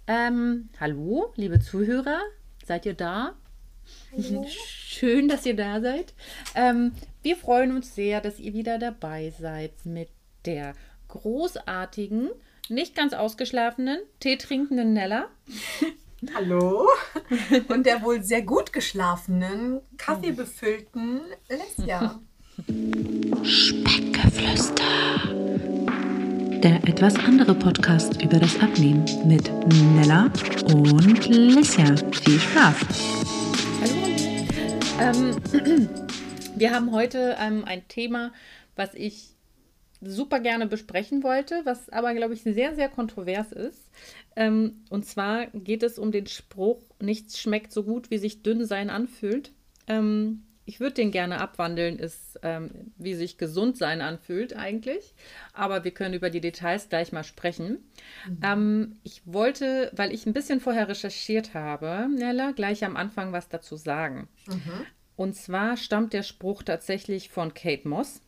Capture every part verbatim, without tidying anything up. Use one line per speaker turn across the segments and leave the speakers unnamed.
Ähm, hallo, liebe Zuhörer, seid ihr da?
Hallo.
Schön, dass ihr da seid. Ähm, wir freuen uns sehr, dass ihr wieder dabei seid mit der großartigen, nicht ganz ausgeschlafenen, teetrinkenden Nella.
Hallo. Und der wohl sehr gut geschlafenen, kaffeebefüllten Lesja.
Speckgeflüster. Der etwas andere Podcast über das Abnehmen mit Nella und Lissia. Viel Spaß!
Hallo. Ähm, wir haben heute ähm, ein Thema, was ich super gerne besprechen wollte, was aber, glaube ich, sehr, sehr kontrovers ist. Ähm, und zwar geht es um den Spruch, nichts schmeckt so gut, wie sich dünn sein anfühlt. Ähm, ich würde den gerne abwandeln, ist, ähm, wie sich gesund sein anfühlt eigentlich. Aber wir können über die Details gleich mal sprechen. Mhm. Ähm, ich wollte, weil ich ein bisschen vorher recherchiert habe, Nella, gleich am Anfang was dazu sagen. Mhm. Und zwar stammt der Spruch tatsächlich von Kate Moss.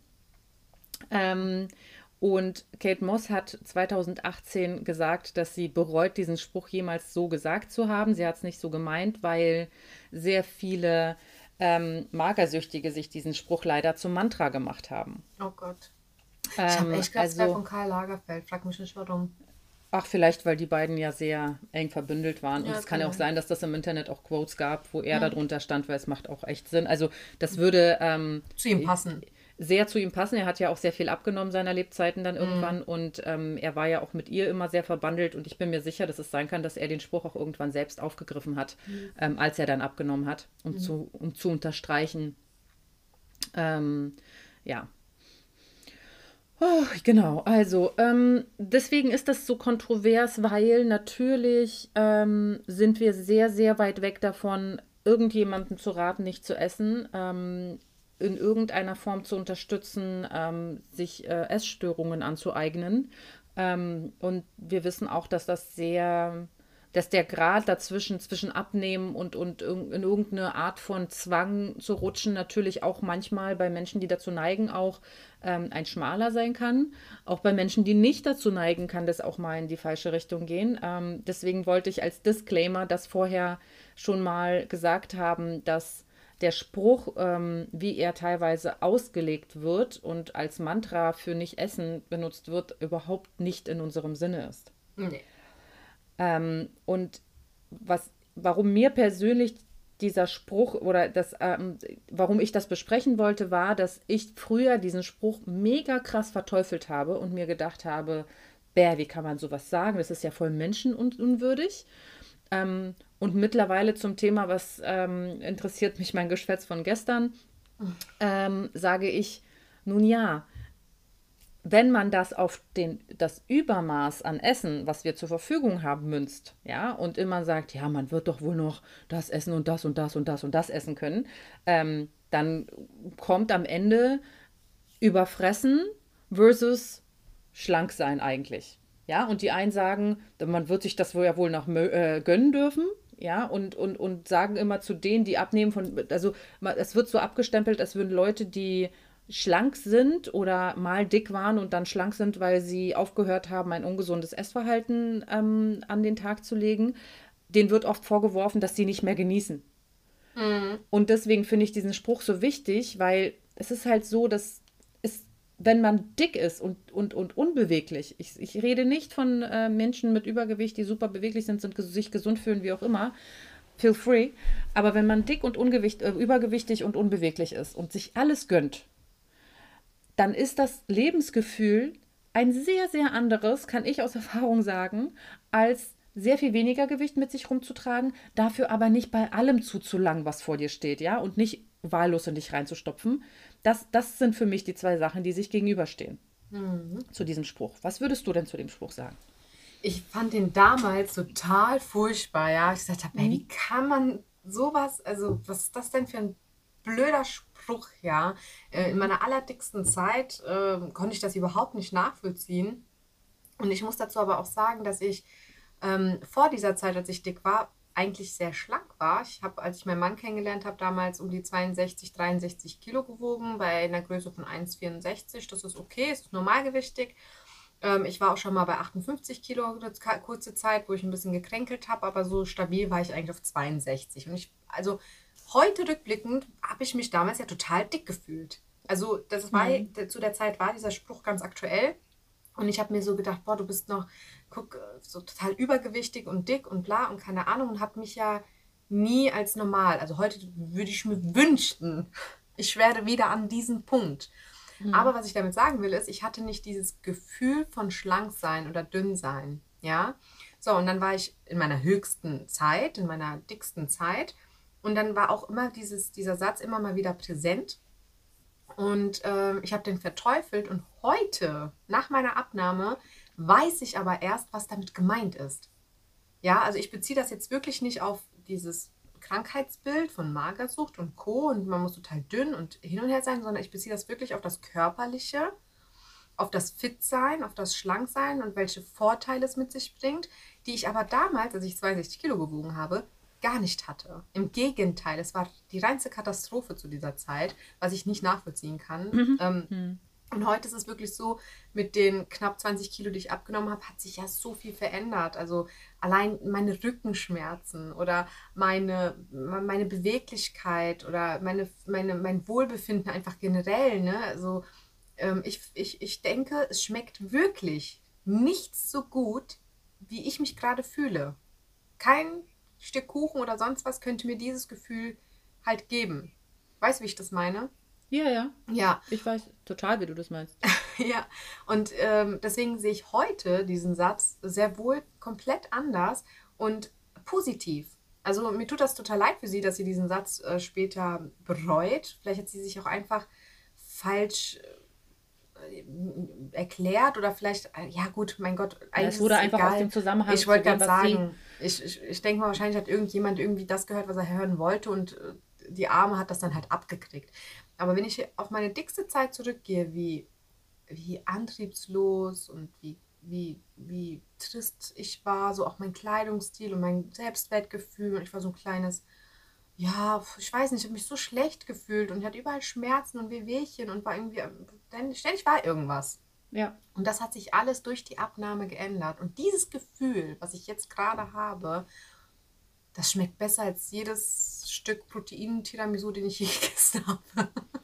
Ähm, und Kate Moss hat zwanzig achtzehn gesagt, dass sie bereut, diesen Spruch jemals so gesagt zu haben. Sie hat es nicht so gemeint, weil sehr viele ähm, Magersüchtige sich diesen Spruch leider zum Mantra gemacht haben.
Oh Gott.
Ähm,
ich habe echt gedacht, es wäre
also,
von Karl Lagerfeld. Frag mich nicht warum.
Ach, vielleicht, weil die beiden ja sehr eng verbündelt waren. Und
Ja,
es kann ja auch
genau.
sein, dass das im Internet auch Quotes gab, wo er
Ja.
darunter stand, weil es macht auch echt Sinn. Also das würde ähm,
Zu ihm passen.
sehr zu ihm passen. Er hat ja auch sehr viel abgenommen seiner Lebzeiten dann irgendwann. Mm. Und ähm, er war ja auch mit ihr immer sehr verbandelt. Und ich bin mir sicher, dass es sein kann, dass er den Spruch auch irgendwann selbst aufgegriffen hat, mm. ähm, als er dann abgenommen hat, um, mm. zu, um zu unterstreichen. Ähm, ja. Oh, genau, also ähm, deswegen ist das so kontrovers, weil natürlich ähm, sind wir sehr, sehr weit weg davon, irgendjemandem zu raten, nicht zu essen, ähm, in irgendeiner Form zu unterstützen, ähm, sich äh, Essstörungen anzueignen. Ähm, und wir wissen auch, dass das sehr, dass der Grad dazwischen, zwischen Abnehmen und, und in irgendeine Art von Zwang zu rutschen, natürlich auch manchmal bei Menschen, die dazu neigen, auch ähm, ein schmaler sein kann. Auch bei Menschen, die nicht dazu neigen, kann das auch mal in die falsche Richtung gehen. Ähm, deswegen wollte ich als Disclaimer das vorher schon mal gesagt haben, dass der Spruch, ähm, wie er teilweise ausgelegt wird und als Mantra für Nicht-Essen benutzt wird, überhaupt nicht in unserem Sinne ist.
Nee.
Ähm, und was, warum mir persönlich dieser Spruch oder das, ähm, warum ich das besprechen wollte, war, dass ich früher diesen Spruch mega krass verteufelt habe und mir gedacht habe, bäh, wie kann man sowas sagen? Das ist ja voll menschenunwürdig. Ähm, und mittlerweile zum Thema, was ähm, interessiert mich mein Geschwätz von gestern, ähm, sage ich, nun ja, wenn man das auf den, das Übermaß an Essen, was wir zur Verfügung haben, münzt, ja, und immer sagt, ja, man wird doch wohl noch das essen und das und das und das und das essen können, ähm, dann kommt am Ende Überfressen versus schlank sein eigentlich. Ja, und die einen sagen, man wird sich das wohl ja wohl noch äh, gönnen dürfen, ja, und, und, und sagen immer zu denen, die abnehmen von, also es wird so abgestempelt, als würden Leute, die schlank sind oder mal dick waren und dann schlank sind, weil sie aufgehört haben, ein ungesundes Essverhalten ähm, an den Tag zu legen, denen wird oft vorgeworfen, dass sie nicht mehr genießen. Mhm. Und deswegen finde ich diesen Spruch so wichtig, weil es ist halt so, dass es, wenn man dick ist und, und, und unbeweglich, ich, ich rede nicht von äh, Menschen mit Übergewicht, die super beweglich sind, sind sich gesund fühlen, wie auch immer, feel free, aber wenn man dick und ungewicht, äh, übergewichtig und unbeweglich ist und sich alles gönnt, dann ist das Lebensgefühl ein sehr, sehr anderes, kann ich aus Erfahrung sagen, als sehr viel weniger Gewicht mit sich rumzutragen, dafür aber nicht bei allem zuzulangen, was vor dir steht, ja, und nicht wahllos in dich reinzustopfen. Das, das sind für mich die zwei Sachen, die sich gegenüberstehen mhm. zu diesem Spruch. Was würdest du denn zu dem Spruch sagen?
Ich fand den damals total furchtbar, ja. Ich gesagt habe, mhm. wie kann man sowas, also was ist das denn für ein blöder Spruch, ja. Äh, in meiner allerdicksten Zeit äh, konnte ich das überhaupt nicht nachvollziehen. Und ich muss dazu aber auch sagen, dass ich ähm, vor dieser Zeit, als ich dick war, eigentlich sehr schlank war. Ich habe, als ich meinen Mann kennengelernt habe, damals um die zweiundsechzig, dreiundsechzig Kilo gewogen, bei einer Größe von eins Komma vierundsechzig. Das ist okay, ist normalgewichtig. Ähm, ich war auch schon mal bei achtundfünfzig Kilo, eine ka- kurze Zeit, wo ich ein bisschen gekränkelt habe, aber so stabil war ich eigentlich auf zweiundsechzig. Und ich, also heute rückblickend, habe ich mich damals ja total dick gefühlt. Also das war,
Hm.
zu der Zeit war dieser Spruch ganz aktuell. Und ich habe mir so gedacht, boah, du bist noch, guck, äh, so total übergewichtig und dick und bla und keine Ahnung und habe mich ja nie als normal. Also heute würde ich mir wünschen, ich werde wieder an diesen Punkt.
Hm.
Aber was ich damit sagen will, ist, ich hatte nicht dieses Gefühl von schlank sein oder dünn sein. Ja. So, und dann war ich in meiner höchsten Zeit, in meiner dicksten Zeit. Und dann war auch immer dieses, dieser Satz immer mal wieder präsent. Und ähm, ich habe den verteufelt. Und heute, nach meiner Abnahme, weiß ich aber erst, was damit gemeint ist. Ja, also ich beziehe das jetzt wirklich nicht auf dieses Krankheitsbild von Magersucht und Co. und man muss total dünn und hin und her sein, sondern ich beziehe das wirklich auf das Körperliche, auf das Fit-Sein, auf das Schlanksein und welche Vorteile es mit sich bringt, die ich aber damals, als ich zweiundsechzig Kilo gewogen habe, gar nicht hatte. Im Gegenteil, es war die reinste Katastrophe zu dieser Zeit, was ich nicht nachvollziehen kann.
Mhm.
Ähm,
Hm.
und heute ist es wirklich so, mit den knapp zwanzig Kilo, die ich abgenommen habe, hat sich ja so viel verändert. Also allein meine Rückenschmerzen oder meine, meine Beweglichkeit oder meine, meine, mein Wohlbefinden einfach generell. Ne? Also ähm, ich, ich, ich denke, es schmeckt wirklich nichts so gut, wie ich mich gerade fühle. Kein Stück Kuchen oder sonst was könnte mir dieses Gefühl halt geben. Weißt du, wie ich das meine?
Ja, ja.
Ja,
Ich weiß total, wie du das meinst.
ja, und ähm, deswegen sehe ich heute diesen Satz sehr wohl komplett anders und positiv. Also mir tut das total leid für sie, dass sie diesen Satz äh, später bereut. Vielleicht hat sie sich auch einfach falsch äh, erklärt oder vielleicht, äh, ja gut, mein Gott,
Ja,
eigentlich
es
ist
wurde
es
einfach aus
egal.
dem Zusammenhang
Ich
zu
wollte
dem,
gerade
was sie.
sagen, ich, ich, ich denke mal, wahrscheinlich hat irgendjemand irgendwie das gehört, was er hören wollte und äh, die Arme hat das dann halt abgekriegt. Aber wenn ich auf meine dickste Zeit zurückgehe, wie wie antriebslos und wie, wie, wie trist ich war, so auch mein Kleidungsstil und mein Selbstwertgefühl. Und ich war so ein kleines, ja, ich weiß nicht, ich habe mich so schlecht gefühlt und ich hatte überall Schmerzen und Wehwehchen und war irgendwie, denn ständig war irgendwas.
Ja.
Und das hat sich alles durch die Abnahme geändert. Und dieses Gefühl, was ich jetzt gerade habe, das schmeckt besser als jedes Stück Protein-Tiramisu, den ich je gegessen habe.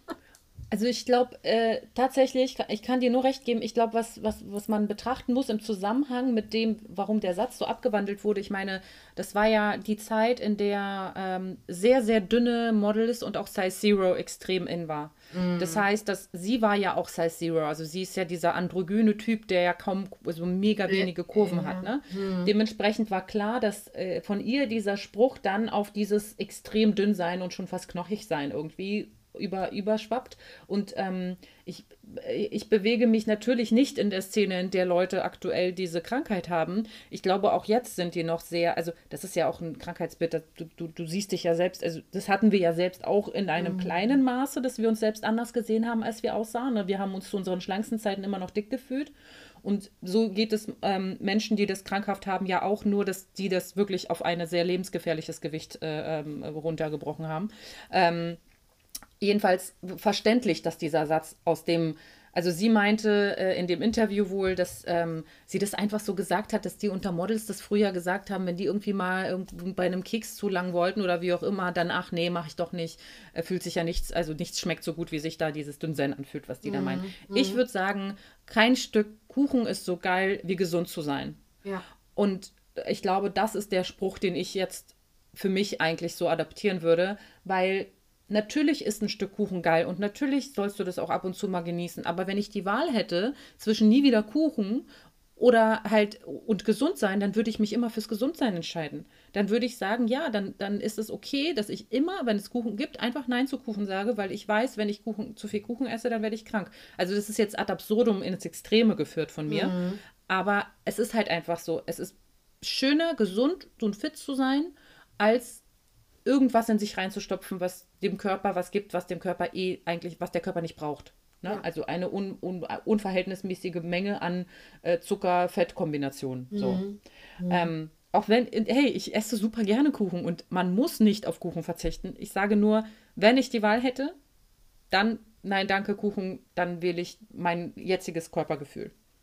Also ich glaube äh, tatsächlich, ich kann dir nur recht geben, ich glaube, was, was, was man betrachten muss im Zusammenhang mit dem, warum der Satz so abgewandelt wurde, ich meine, das war ja die Zeit, in der ähm, sehr, sehr dünne Models und auch Size Zero extrem in war. Das
Mm.
heißt, dass sie war ja auch Size Zero, also sie ist ja dieser androgyne Typ, der ja kaum so mega
Ja,
wenige Kurven hat,
ja.
ne?
Hm.
Dementsprechend war klar, dass äh, von ihr dieser Spruch dann auf dieses extrem dünn sein und schon fast knochig sein irgendwie über, überschwappt. Und ähm, ich, ich bewege mich natürlich nicht in der Szene, in der Leute aktuell diese Krankheit haben. Ich glaube, auch jetzt sind die noch sehr, also das ist ja auch ein Krankheitsbild, das, du, du, du siehst dich ja selbst, also das hatten wir ja selbst auch in einem kleinen Maße, dass wir uns selbst anders gesehen haben, als wir aussahen. Ne? Wir haben uns zu unseren schlanksten Zeiten immer noch dick gefühlt. Und so geht es ähm, Menschen, die das krankhaft haben, ja auch nur, dass die das wirklich auf ein sehr lebensgefährliches Gewicht äh, ähm, runtergebrochen haben. Ähm, Jedenfalls verständlich, dass dieser Satz aus dem, also sie meinte äh, in dem Interview wohl, dass ähm, sie das einfach so gesagt hat, dass die unter Models das früher gesagt haben, wenn die irgendwie mal irgendwo bei einem Keks zu lang wollten oder wie auch immer, dann ach nee, mache ich doch nicht, äh, fühlt sich ja nichts, also nichts schmeckt so gut, wie sich da dieses Dünnsein anfühlt, was die da meinen. Ich würde sagen, kein Stück Kuchen ist so geil, wie gesund zu sein.
Ja.
Und ich glaube, das ist der Spruch, den ich jetzt für mich eigentlich so adaptieren würde, weil natürlich ist ein Stück Kuchen geil und natürlich sollst du das auch ab und zu mal genießen. Aber wenn ich die Wahl hätte zwischen nie wieder Kuchen oder halt und gesund sein, dann würde ich mich immer fürs Gesundsein entscheiden. Dann würde ich sagen, ja, dann, dann ist es okay, dass ich immer, wenn es Kuchen gibt, einfach Nein zu Kuchen sage, weil ich weiß, wenn ich Kuchen, zu viel Kuchen esse, dann werde ich krank. Also das ist jetzt ad absurdum ins Extreme geführt von mir.
Mhm.
Aber es ist halt einfach so. Es ist schöner, gesund und fit zu sein, als irgendwas in sich reinzustopfen, was dem Körper was gibt, was dem Körper eh eigentlich, was der Körper nicht braucht. Ne?
Ja.
Also eine un, un, unverhältnismäßige Menge an äh, Zucker-Fett-Kombination. So.
Mhm.
Ähm, auch wenn, hey, ich esse super gerne Kuchen und man muss nicht auf Kuchen verzichten. Ich sage nur, wenn ich die Wahl hätte, dann, nein, danke Kuchen, dann wähle ich mein jetziges Körpergefühl.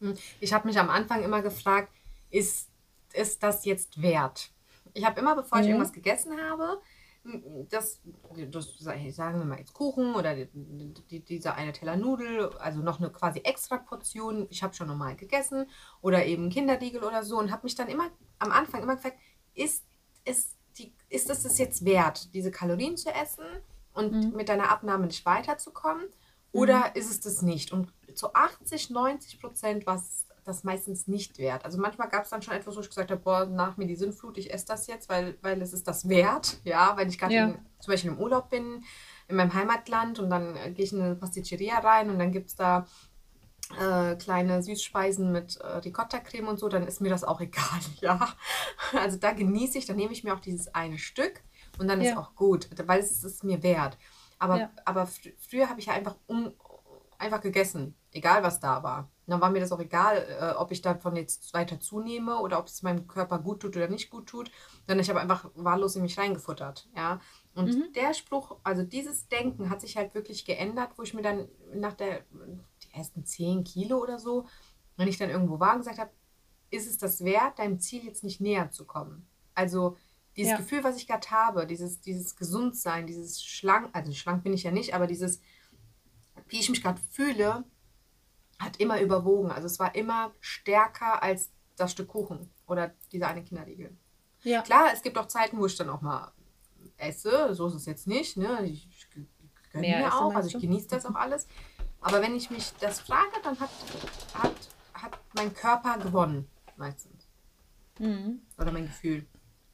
Ich habe mich am Anfang immer gefragt, ist, ist das jetzt wert? Ich habe immer, bevor ich
Mhm.
irgendwas gegessen habe, das, das sagen wir mal jetzt Kuchen oder die, die, dieser eine Teller Nudel, also noch eine quasi extra Portion, ich habe schon normal gegessen oder eben Kinderriegel oder so und habe mich dann immer am Anfang immer gefragt, ist, ist, die, ist es das jetzt wert, diese Kalorien zu essen und
Mhm.
mit deiner Abnahme nicht weiterzukommen?
Mhm.
Oder ist es das nicht? Und zu achtzig, neunzig Prozent war es das meistens nicht wert. Also manchmal gab es dann schon etwas, wo ich gesagt habe, boah, nach mir die Sinnflut, ich esse das jetzt, weil, weil es ist das wert. Ja, wenn ich gerade
Ja.
in- zum Beispiel im Urlaub bin, in meinem Heimatland und dann äh, gehe ich in eine Pasticceria rein und dann gibt es da äh, kleine Süßspeisen mit äh, Ricotta-Creme und so, dann ist mir das auch egal, ja. Also da genieße ich, dann nehme ich mir auch dieses eine Stück und dann ist
Ja.
auch gut, weil es ist es mir wert. Aber,
Ja.
aber fr früher habe ich ja einfach, um, einfach gegessen, egal was da war. Dann war mir das auch egal, äh, ob ich davon jetzt weiter zunehme oder ob es meinem Körper gut tut oder nicht gut tut. Denn ich habe einfach wahllos in mich reingefuttert, ja. Und
Mhm.
der Spruch, also dieses Denken hat sich halt wirklich geändert, wo ich mir dann nach der, die ersten zehn Kilo oder so, wenn ich dann irgendwo war und gesagt habe, ist es das wert, deinem Ziel jetzt nicht näher zu kommen? Also dieses
Ja.
Gefühl, was ich gerade habe, dieses, dieses Gesundsein, dieses schlank, also schlank bin ich ja nicht, aber dieses, wie ich mich gerade fühle, hat immer überwogen. Also es war immer stärker als das Stück Kuchen oder dieser eine Kinderriegel.
Ja.
Klar, es gibt auch Zeiten, wo ich dann auch mal esse, so ist es jetzt nicht. Ne? Ich, ich gönne
Mehr
mir
esse,
auch, also
meinst
ich
du?
genieße das auch alles. Aber wenn ich mich das frage, dann hat, hat, hat mein Körper gewonnen, meistens.
Mhm.
Oder mein Gefühl.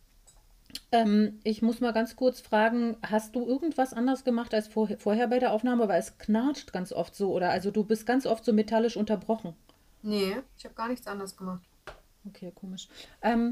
Ähm, ich muss mal ganz kurz fragen, hast du irgendwas anders gemacht als vor, vorher bei der Aufnahme? Weil es knatscht ganz oft so, oder? Also du bist ganz oft so metallisch unterbrochen.
Nee, ich habe gar nichts anderes gemacht.
Okay, komisch. Ähm,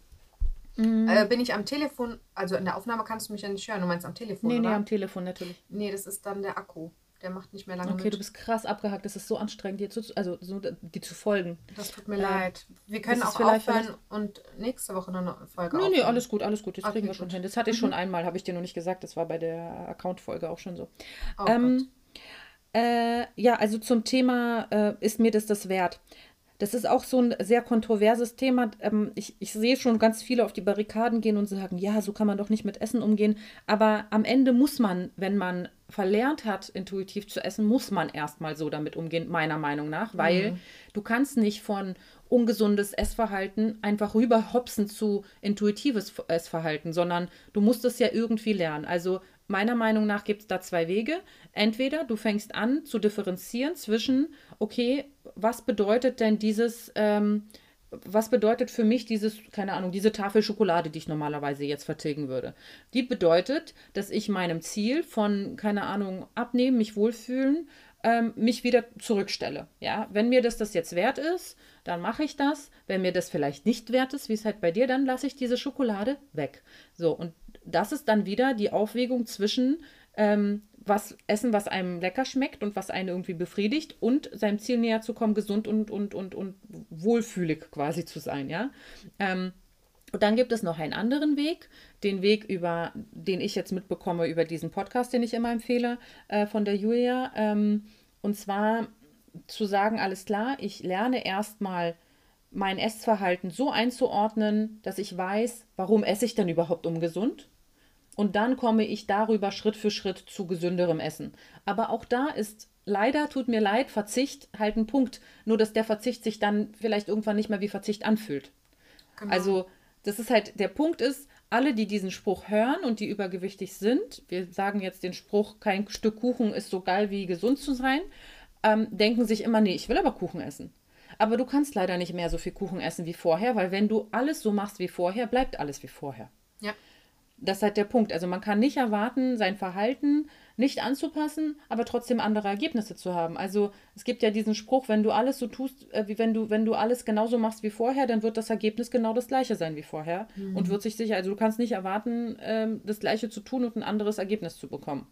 Äh,
mh,
bin ich am Telefon, also in der Aufnahme kannst du mich ja nicht hören, du meinst am Telefon,
nee, nee,
oder?
am Telefon natürlich.
Nee, das ist dann der Akku. Der macht nicht mehr lange
Okay, du
mit.
bist krass abgehackt. Das ist so anstrengend, dir zu, also so, dir zu folgen.
Das tut mir
Äh,
leid. Wir können
ist es
auch
vielleicht,
aufhören
vielleicht.
und nächste Woche noch eine Folge
Nö, nee,
aufnehmen.
alles gut, alles gut. Das kriegen
Okay,
wir schon hin.
gut.
Das hatte ich schon
Mhm.
einmal, habe ich dir noch nicht gesagt. Das war bei der Account-Folge auch schon so.
Oh Gott.
Ähm, Äh, ja, also zum Thema, äh, ist mir das das wert? Das ist auch so ein sehr kontroverses Thema. Ähm, ich, ich sehe schon ganz viele auf die Barrikaden gehen und sagen, ja, so kann man doch nicht mit Essen umgehen. Aber am Ende muss man, wenn man verlernt hat, intuitiv zu essen, muss man erstmal so damit umgehen, meiner Meinung nach, weil
Mhm.
du kannst nicht von ungesundes Essverhalten einfach rüberhopsen zu intuitives Essverhalten, sondern du musst es ja irgendwie lernen. Also meiner Meinung nach gibt es da zwei Wege. Entweder du fängst an zu differenzieren zwischen, okay, was bedeutet denn dieses, ähm, was bedeutet für mich dieses, keine Ahnung, diese Tafel Schokolade, die ich normalerweise jetzt vertilgen würde? Die bedeutet, dass ich meinem Ziel von, keine Ahnung, abnehmen, mich wohlfühlen, ähm, mich wieder zurückstelle. Ja, wenn mir das das jetzt wert ist, dann mache ich das. Wenn mir das vielleicht nicht wert ist, wie es halt bei dir, dann lasse ich diese Schokolade weg. So, und das ist dann wieder die Aufwägung zwischen ähm, was essen, was einem lecker schmeckt und was einen irgendwie befriedigt und seinem Ziel näher zu kommen, gesund und, und, und, und wohlfühlig quasi zu sein, ja. Ähm, und dann gibt es noch einen anderen Weg, den Weg, über den ich jetzt mitbekomme, über diesen Podcast, den ich immer empfehle, äh, von der Julia. Ähm, und zwar zu sagen, alles klar, ich lerne erstmal mein Essverhalten so einzuordnen, dass ich weiß, warum esse ich denn überhaupt ungesund? Und dann komme ich darüber Schritt für Schritt zu gesünderem Essen. Aber auch da ist leider, tut mir leid, Verzicht halt ein Punkt. Nur, dass der Verzicht sich dann vielleicht irgendwann nicht mehr wie Verzicht anfühlt.
Genau.
Also, das ist halt, der Punkt ist, alle, die diesen Spruch hören und die übergewichtig sind, wir sagen jetzt den Spruch, kein Stück Kuchen ist so geil wie gesund zu sein, ähm, denken sich immer, nee, ich will aber Kuchen essen. Aber du kannst leider nicht mehr so viel Kuchen essen wie vorher, weil wenn du alles so machst wie vorher, bleibt alles wie vorher.
Ja.
Das ist halt der Punkt. Also man kann nicht erwarten, sein Verhalten nicht anzupassen, aber trotzdem andere Ergebnisse zu haben. Also es gibt ja diesen Spruch, wenn du alles so tust, äh, wie wenn du, wenn du alles genauso machst wie vorher, dann wird das Ergebnis genau das gleiche sein wie vorher. Und
Mhm.
wird sich sicher, also du kannst nicht erwarten, ähm, das gleiche zu tun und ein anderes Ergebnis zu bekommen.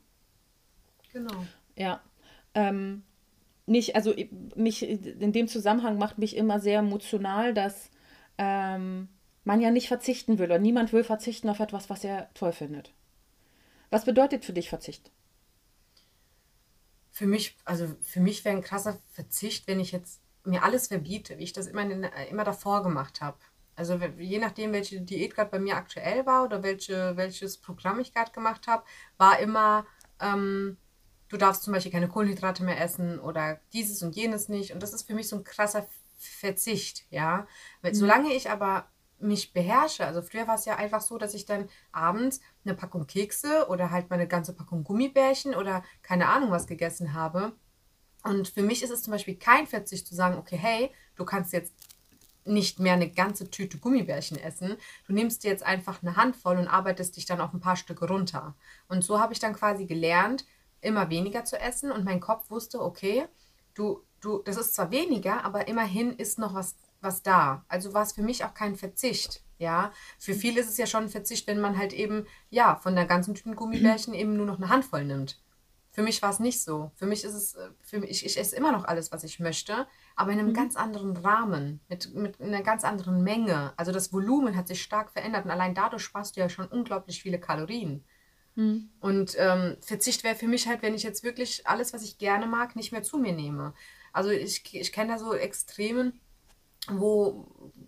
Genau.
Ja. Ähm, nicht, also ich- mich in dem Zusammenhang macht mich immer sehr emotional, dass ähm, man ja nicht verzichten will oder niemand will verzichten auf etwas, was er toll findet. Was bedeutet für dich Verzicht?
Für mich, also für mich wäre ein krasser Verzicht, wenn ich jetzt mir alles verbiete, wie ich das immer, in, immer davor gemacht habe. Also je nachdem, welche Diät gerade bei mir aktuell war oder welche, welches Programm ich gerade gemacht habe, war immer, ähm, du darfst zum Beispiel keine Kohlenhydrate mehr essen oder dieses und jenes nicht. Und das ist für mich so ein krasser Verzicht, ja. Weil,
Mhm.
solange ich aber mich beherrsche, also früher war es ja einfach so, dass ich dann abends eine Packung Kekse oder halt meine ganze Packung Gummibärchen oder keine Ahnung was gegessen habe. Und für mich ist es zum Beispiel kein Verzicht zu sagen, okay, hey, du kannst jetzt nicht mehr eine ganze Tüte Gummibärchen essen. Du nimmst dir jetzt einfach eine Handvoll und arbeitest dich dann auf ein paar Stücke runter. Und so habe ich dann quasi gelernt, immer weniger zu essen und mein Kopf wusste, okay, du, du, das ist zwar weniger, aber immerhin ist noch was, was da. Also war es für mich auch kein Verzicht. Ja, für viele ist es ja schon ein Verzicht, wenn man halt eben, ja, von der ganzen Tüten Gummibärchen eben nur noch eine Handvoll nimmt. Für mich war es nicht so. Für mich ist es, äh, für mich, ich, ich esse immer noch alles, was ich möchte, aber in einem
Mhm.
ganz anderen Rahmen, mit, mit einer ganz anderen Menge. Also das Volumen hat sich stark verändert und allein dadurch sparst du ja schon unglaublich viele Kalorien.
Mhm.
Und ähm, Verzicht wäre für mich halt, wenn ich jetzt wirklich alles, was ich gerne mag, nicht mehr zu mir nehme. Also ich, ich kenne da so Extremen, wo,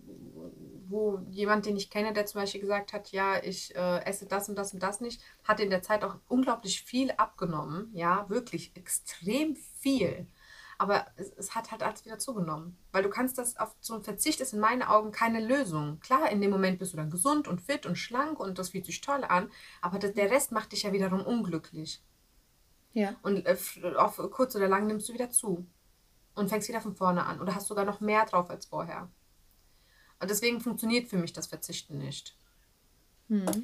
wo jemand, den ich kenne, der zum Beispiel gesagt hat, ja, ich äh, esse das und das und das nicht, hat in der Zeit auch unglaublich viel abgenommen, ja, wirklich extrem viel. Aber es, es hat halt alles wieder zugenommen. Weil du kannst das, auf so ein Verzicht ist in meinen Augen keine Lösung. Klar, in dem Moment bist du dann gesund und fit und schlank und das fühlt sich toll an, aber das, der Rest macht dich ja wiederum unglücklich.
Ja.
Und äh, auf kurz oder lang nimmst du wieder zu und fängst wieder von vorne an oder hast sogar noch mehr drauf als vorher. Und deswegen funktioniert für mich das Verzichten nicht.
Mhm.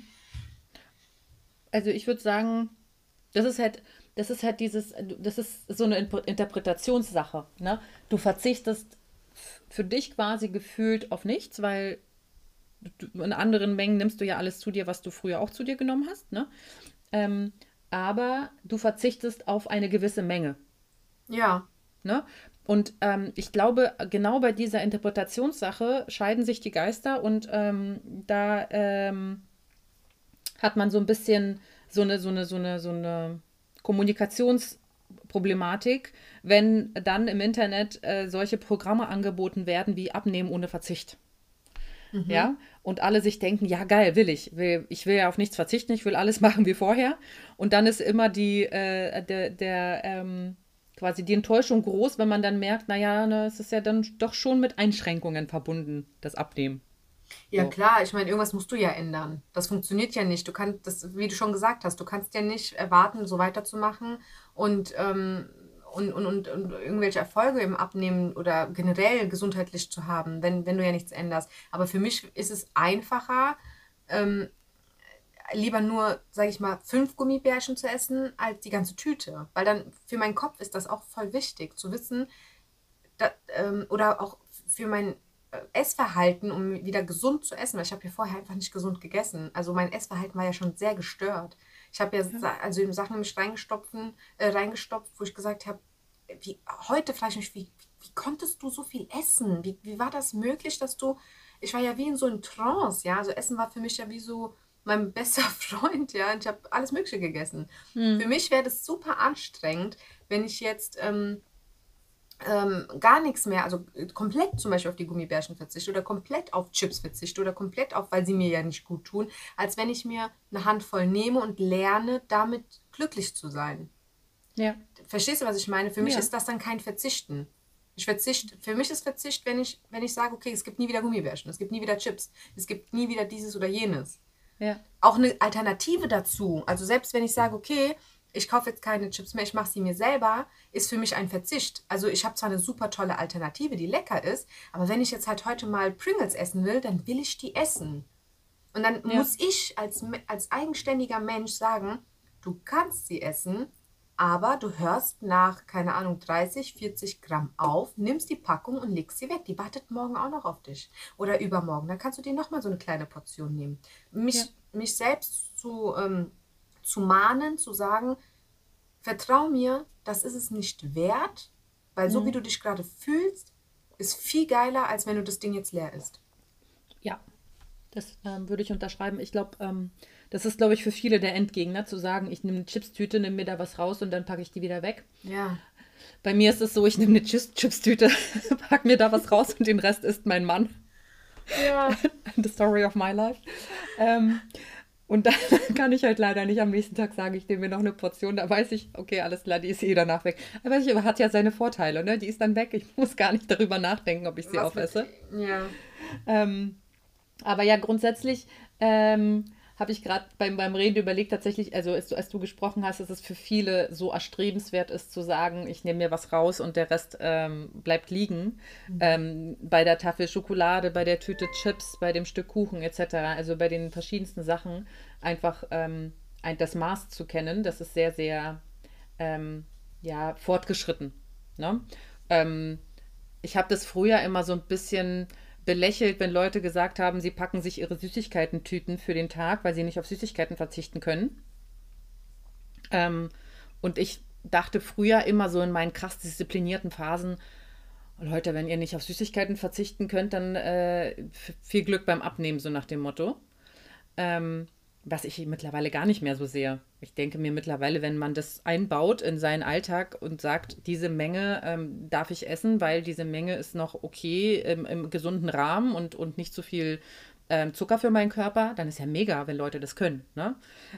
Also ich würde sagen, das ist halt, das ist halt dieses, das ist so eine Inter- Interpretationssache, ne? Du verzichtest f- für dich quasi gefühlt auf nichts, weil du, in anderen Mengen nimmst du ja alles zu dir, was du früher auch zu dir genommen hast, ne? Ähm, aber du verzichtest auf eine gewisse Menge,
Ja,
ne? Und ähm, ich glaube, genau bei dieser Interpretationssache scheiden sich die Geister und ähm, da ähm, hat man so ein bisschen so eine, so eine, so eine, so eine Kommunikationsproblematik, wenn dann im Internet äh, solche Programme angeboten werden wie Abnehmen ohne Verzicht.
mhm.
Ja, und alle sich denken, ja geil, will ich. Will, ich will ja auf nichts verzichten, ich will alles machen wie vorher. Und dann ist immer die, äh, der, der ähm, quasi die Enttäuschung groß, wenn man dann merkt, naja, ne, es ist ja dann doch schon mit Einschränkungen verbunden, das Abnehmen.
Ja
So.
klar, ich meine, irgendwas musst du ja ändern. Das funktioniert ja nicht. Du kannst, das, wie du schon gesagt hast, du kannst ja nicht erwarten, so weiterzumachen und, ähm, und, und, und, und irgendwelche Erfolge im Abnehmen oder generell gesundheitlich zu haben, wenn, wenn du ja nichts änderst. Aber für mich ist es einfacher, ähm, lieber nur, sage ich mal, fünf Gummibärchen zu essen, als die ganze Tüte. Weil dann für meinen Kopf ist das auch voll wichtig, zu wissen, da, ähm, oder auch für mein äh, Essverhalten, um wieder gesund zu essen, weil ich habe ja vorher einfach nicht gesund gegessen. Also mein Essverhalten war ja schon sehr gestört. Ich habe ja
Ja.
Sa- also eben Sachen in mich reingestopfen, äh, reingestopft, wo ich gesagt habe, wie heute frage ich mich, wie, wie konntest du so viel essen? Wie, wie war das möglich, dass du, ich war ja wie in so einem Trance, ja, also Essen war für mich ja wie so mein bester Freund, ja, und ich habe alles Mögliche gegessen. Für
Hm.
mich wäre das super anstrengend, wenn ich jetzt ähm, ähm, gar nichts mehr, also äh, komplett zum Beispiel auf die Gummibärchen verzichte oder komplett auf Chips verzichte oder komplett auf, weil sie mir ja nicht gut tun, als wenn ich mir eine Handvoll nehme und lerne, damit glücklich zu sein.
Ja.
Verstehst du, was ich meine? Für mich
Ja.
ist das dann kein Verzichten. Ich verzichte, für mich ist Verzicht, wenn ich, wenn ich sage, okay, es gibt nie wieder Gummibärchen, es gibt nie wieder Chips, es gibt nie wieder dieses oder jenes.
Ja.
Auch eine Alternative dazu. Also selbst wenn ich sage, okay, ich kaufe jetzt keine Chips mehr, ich mache sie mir selber, ist für mich ein Verzicht. Also ich habe zwar eine super tolle Alternative, die lecker ist, aber wenn ich jetzt halt heute mal Pringles essen will, dann will ich die essen. Und dann
Ja.
muss ich als, als eigenständiger Mensch sagen, du kannst sie essen, aber du hörst nach, keine Ahnung, dreißig, vierzig Gramm auf, nimmst die Packung und legst sie weg. Die wartet morgen auch noch auf dich. Oder übermorgen. Dann kannst du dir nochmal so eine kleine Portion nehmen.
Ja.
Mich, mich selbst zu, ähm, zu mahnen, zu sagen, vertrau mir, das ist es nicht wert, weil so wie
Hm.
du dich gerade fühlst, ist viel geiler, als wenn du das Ding jetzt leer isst.
Ja. Das ähm, würde ich unterschreiben. Ich glaube, ähm, das ist, glaube ich, für viele der Endgegner, zu sagen, ich nehme eine Chipstüte, nehme mir da was raus und dann packe ich die wieder weg.
Ja.
Bei mir ist es so, ich nehme eine Chips- Chips-Tüte, pack mir da was raus und den Rest isst mein Mann.
Ja.
The story of my life. Ähm, und dann kann ich halt leider nicht am nächsten Tag sagen, ich nehme mir noch eine Portion. Da weiß ich, okay, alles klar, die ist eh danach weg. Aber ich hat ja seine Vorteile, ne? Die ist dann weg. Ich muss gar nicht darüber nachdenken, ob ich sie
Was
aufesse.
Mit, ja.
Ähm, aber ja, grundsätzlich ähm, habe ich gerade beim, beim Reden überlegt, tatsächlich, also als du, als du gesprochen hast, dass es für viele so erstrebenswert ist, zu sagen, ich nehme mir was raus und der Rest ähm, bleibt liegen. Mhm. Ähm, bei der Tafel Schokolade, bei der Tüte Chips, bei dem Stück Kuchen et cetera. Also bei den verschiedensten Sachen einfach ähm, ein, das Maß zu kennen, das ist sehr, sehr ähm, ja, fortgeschritten. Ne? Ähm, ich habe das früher immer so ein bisschen belächelt, wenn Leute gesagt haben, sie packen sich ihre Süßigkeiten-Tüten für den Tag, weil sie nicht auf Süßigkeiten verzichten können. Ähm, und ich dachte früher immer so in meinen krass disziplinierten Phasen, Leute, wenn ihr nicht auf Süßigkeiten verzichten könnt, dann äh, viel Glück beim Abnehmen, so nach dem Motto. Ähm, was ich mittlerweile gar nicht mehr so sehe. Ich denke mir mittlerweile, wenn man das einbaut in seinen Alltag und sagt, diese Menge ähm, darf ich essen, weil diese Menge ist noch okay im, im gesunden Rahmen und, und nicht zu viel ähm, Zucker für meinen Körper, dann ist ja mega, wenn Leute das können. Ne?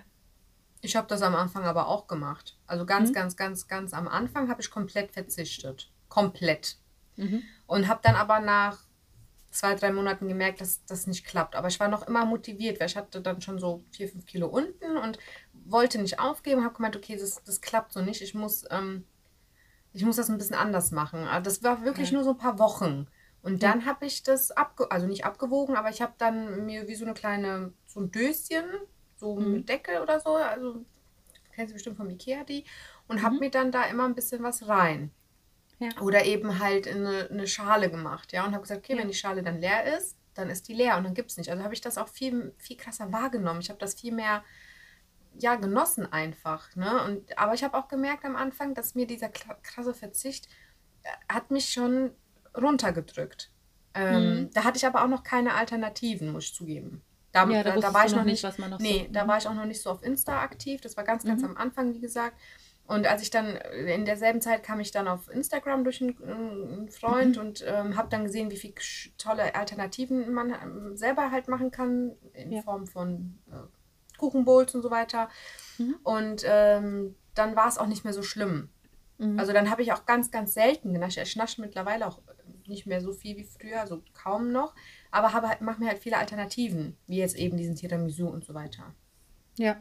Ich habe das am Anfang aber auch gemacht. Also ganz, mhm. ganz, ganz, ganz am Anfang habe ich komplett verzichtet. Komplett. Mhm. Und habe dann aber nach zwei, drei Monaten gemerkt, dass das nicht klappt. Aber ich war noch immer motiviert, weil ich hatte dann schon so vier, fünf Kilo unten und wollte nicht aufgeben. Habe gemeint, okay, das, das klappt so nicht. Ich muss, ähm, ich muss das ein bisschen anders machen. Aber das war wirklich ja. nur so ein paar Wochen. Und dann ja. habe ich das, abge also nicht abgewogen, aber ich habe dann mir wie so eine kleine, so ein Döschen, so mhm. mit Deckel oder so, also kennst du bestimmt vom Ikea die, und mhm. habe mir dann da immer ein bisschen was rein. Ja. Oder eben halt in eine, eine Schale gemacht, ja, und habe gesagt, okay, ja. wenn die Schale dann leer ist, dann ist die leer und dann gibt es nicht. Also habe ich das auch viel, viel krasser wahrgenommen. Ich habe das viel mehr, ja, genossen einfach, ne, und, aber ich habe auch gemerkt am Anfang, dass mir dieser krasse Verzicht äh, hat mich schon runtergedrückt. Ähm, mhm. Da hatte ich aber auch noch keine Alternativen, muss ich zugeben. Da, ja, da, da, da war ich noch nicht, was man noch nee, so, da war ich auch noch nicht so auf Insta aktiv. Das war ganz, ganz mhm. am Anfang, wie gesagt. Und als ich dann, in derselben Zeit kam ich dann auf Instagram durch einen, einen Freund mhm. und ähm, habe dann gesehen, wie viele tolle Alternativen man ähm, selber halt machen kann, in ja. Form von äh, Kuchenbowls und so weiter. Mhm. Und ähm, dann war es auch nicht mehr so schlimm. Mhm. Also dann habe ich auch ganz, ganz selten genascht. Ich nasche mittlerweile auch nicht mehr so viel wie früher, so kaum noch. Aber habe halt, mache mir halt viele Alternativen, wie jetzt eben diesen Tiramisu und so weiter.
Ja.